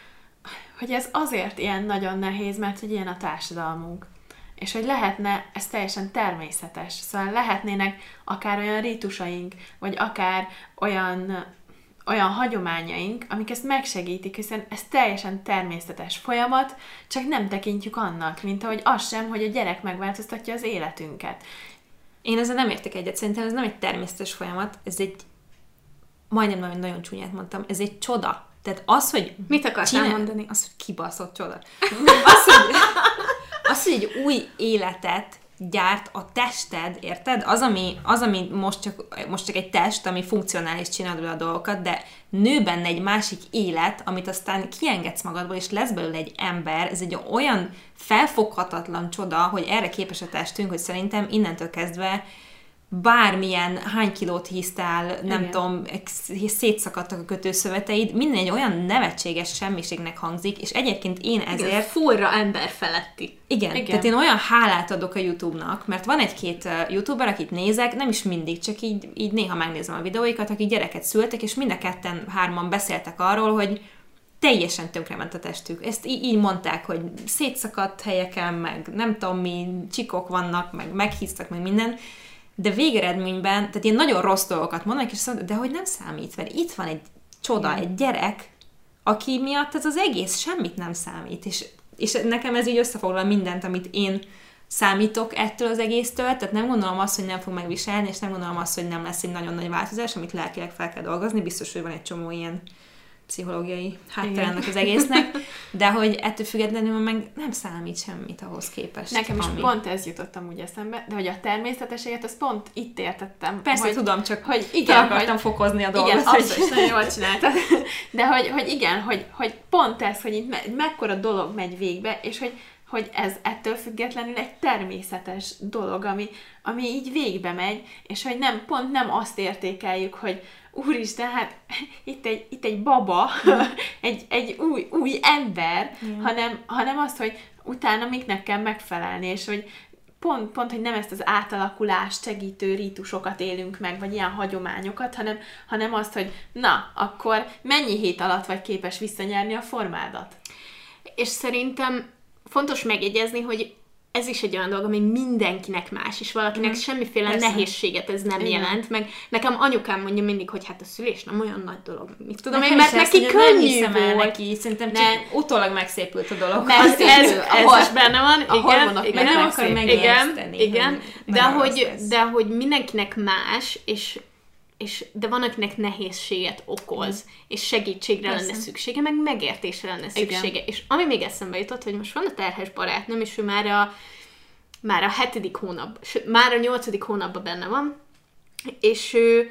ez azért ilyen nagyon nehéz, mert hogy ilyen a társadalmunk. És hogy lehetne, ez teljesen természetes. Szóval lehetnének akár olyan rítusaink, vagy akár olyan hagyományaink, amik ezt megsegítik, hiszen ez teljesen természetes folyamat, csak nem tekintjük annak, mint ahogy az sem, hogy a gyerek megváltoztatja az életünket. Én ezzel nem értek egyet. Szerintem ez nem egy természetes folyamat, ez egy majdnem nagyon csúnyát mondtam, ez egy csoda. Tehát az, hogy... Mit akartál mondani? Az, hogy kibaszott csoda. Az, hogy egy új életet gyárt a tested, érted? Az, ami most csak egy test, ami funkcionális, csinálod a dolgokat, de nő benne egy másik élet, amit aztán kiengedsz magadból, és lesz belőle egy ember. Ez egy olyan felfoghatatlan csoda, hogy erre képes a testünk, hogy szerintem innentől kezdve bármilyen, hány kilót hisztál, nem tudom, szétszakadtak a kötőszöveteid, minden egy olyan nevetséges semmiségnek hangzik, és egyébként én ezért... Igen, furra ember feletti. Igen, tehát én olyan hálát adok a YouTube-nak, mert van egy-két YouTuber, akit nézek, nem is mindig, csak így néha megnézem a videóikat, akik gyereket szültek, és mind a ketten, hárman beszéltek arról, hogy teljesen tönkrement a testük. Ezt így mondták, hogy szétszakadt helyeken, meg nem tudom mi, csikok vannak, meg meghisztak, meg minden, de végeredményben, tehát én nagyon rossz dolgokat mondanak, és azt mondom, de hogy nem számít, mert itt van egy csoda, egy gyerek, aki miatt ez az egész semmit nem számít, és nekem ez így összefoglal mindent, amit én számítok ettől az egésztől, tehát nem gondolom azt, hogy nem fog megviselni, és nem gondolom azt, hogy nem lesz egy nagyon nagy változás, amit lelkileg fel kell dolgozni, biztos, hogy van egy csomó ilyen pszichológiai háttér ennek az egésznek, de hogy ettől függetlenül meg nem számít semmit ahhoz képest. Nekem is pont ez jutott amúgy eszembe, de hogy a természetességet, azt pont itt értettem. Persze, hogy, tudom, csak hogy igen, akartam fokozni a dolgot. Igen, azt is nagyon jól csináltad. De hogy igen, hogy pont ez, hogy itt mekkora dolog megy végbe, és hogy ez ettől függetlenül egy természetes dolog, ami így végbe megy, és hogy pont nem azt értékeljük, hogy úristen, hát itt egy baba, egy új ember, hanem azt, hogy utána miknek kell megfelelni, és hogy pont, hogy nem ezt az átalakulást segítő rítusokat élünk meg, vagy ilyen hagyományokat, hanem azt, hogy na, akkor mennyi hét alatt vagy képes visszanyerni a formádat. És szerintem fontos megjegyezni, hogy ez is egy olyan dolog, ami mindenkinek más, és valakinek semmiféle nehézséget ez nem jelent, meg nekem anyukám mondja mindig, hogy hát a szülés nem olyan nagy dolog, mit tudom én, mert neki könnyű volt. Neki, szerintem csak utólag megszépült a dolog. Ez is benne van, igen, de hogy mindenkinek más, de van, akinek nehézséget okoz, és segítségre lenne szüksége, meg megértésre lenne szüksége. Igen. És ami még eszembe jutott, hogy most van a terhes barátnőm, és ő már a 7. hónap, már a 8. hónapban benne van, és ő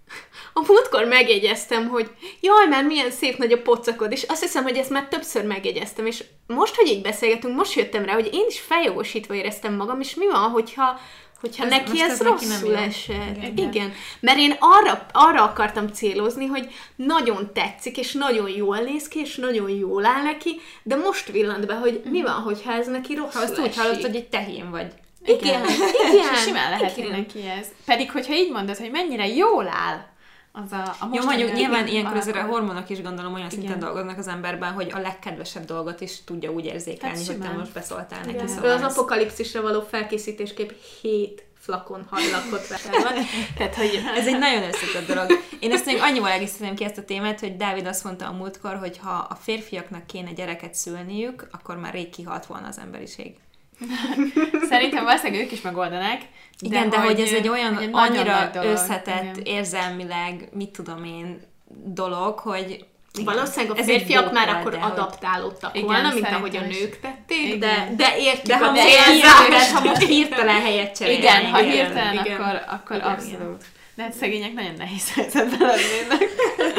a múltkor megjegyeztem, hogy jaj, már milyen szép nagy a pocakod, és azt hiszem, hogy ezt már többször megjegyeztem, és most, hogy így beszélgetünk, most jöttem rá, hogy én is feljogosítva éreztem magam, és mi van, hogyha neki ez rosszul esett. Igen. Mert én arra akartam célozni, hogy nagyon tetszik, és nagyon jól néz ki, és nagyon jól áll neki, de most villant be, hogy mi van, hogyha ez neki rosszul esik. Ha azt úgy hallott, hogy egy tehén vagy. Igen. Simán lehet neki ez. Pedig, hogyha így mondod, hogy mennyire jól áll az a most. Jó, mondjuk nyilván ilyenkor azért a hormonok is gondolom olyan szinten dolgoznak az emberben, hogy a legkedvesebb dolgot is tudja úgy érzékelni, hogy te most beszóltál neki. Szóval az apokalipszisre való felkészítésképp 7 flakon hajlakot vettem. Tehát, hogy ez egy nagyon összetett dolog. Én ezt még annyival egészíteném ki ezt a témát, hogy Dávid azt mondta a múltkor, hogy ha a férfiaknak kéne gyereket szülniük, akkor már rég kihalt volna az emberiség. Szerintem valószínűleg ők is megoldanák. Igen, de hogy ez egy olyan annyira összetett, érzelmileg, mit tudom én, dolog, hogy valószínűleg a férfiak már akkor adaptálódtak volna, mint ahogy a nők tették, de értjük a célzást. Ha most hirtelen helyet cserélni. Igen, ha hirtelen, akkor abszolút. De hát szegények nagyon nehéz helyzetben lennének.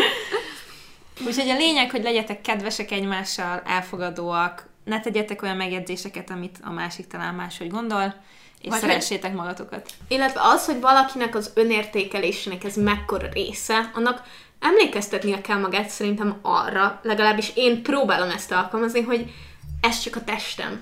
Úgyhogy a lényeg, hogy legyetek kedvesek egymással, elfogadóak, ne tegyetek olyan megjegyzéseket, amit a másik talán máshogy gondol, és szeressétek magatokat. Illetve az, hogy valakinek az önértékelésének ez mekkora része, annak emlékeztetnie kell magát szerintem arra, legalábbis én próbálom ezt alkalmazni, hogy ez csak a testem.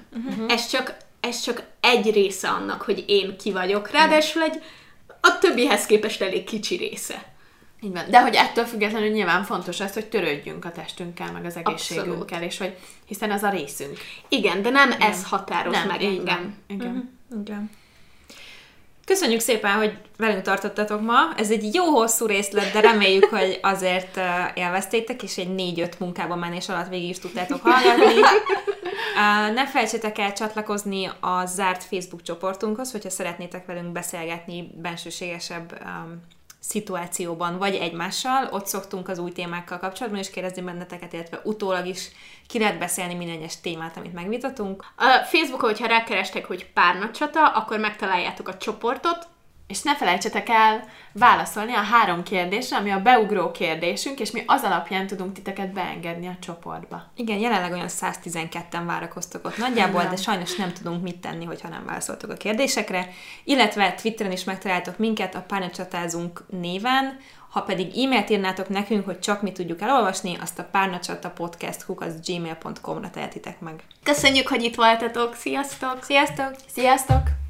Ez csak egy része annak, hogy én ki vagyok. Ráadásul a többihez képest elég kicsi része. Így van. De hogy ettől függetlenül nyilván fontos az, hogy törődjünk a testünkkel, meg az egészségünkkel, és hogy hiszen az a részünk. Igen, de nem ez határoz meg engem. Igen. Köszönjük szépen, hogy velünk tartottatok ma. Ez egy jó hosszú részlet, de reméljük, hogy azért élveztétek, és egy 4-5 munkában menés alatt végig is tudtátok hallgatni. Ne felejtsétek el csatlakozni a zárt Facebook csoportunkhoz, hogyha szeretnétek velünk beszélgetni bensőségesebb szituációban, vagy egymással, ott szoktunk az új témákkal kapcsolatban is kérdezni benneteket, illetve utólag is ki lehet beszélni minden egyes témát, amit megvitatunk. A Facebookon, hogyha rákerestek, hogy párnacsata, akkor megtaláljátok a csoportot, és ne felejtsetek el válaszolni a 3 kérdésre, ami a beugró kérdésünk, és mi az alapján tudunk titeket beengedni a csoportba. Igen, jelenleg olyan 112-en várakoztok ott nagyjából, de sajnos nem tudunk mit tenni, hogyha nem válaszoltok a kérdésekre. Illetve Twitteren is megtaláltok minket a Párnacsatázunk néven, ha pedig e-mailt írnátok nekünk, hogy csak mi tudjuk elolvasni, azt a párnacsatapodcast@gmail.com-ra tehetitek meg. Köszönjük, hogy itt voltatok! Sziasztok! Sziasztok! Sziasztok!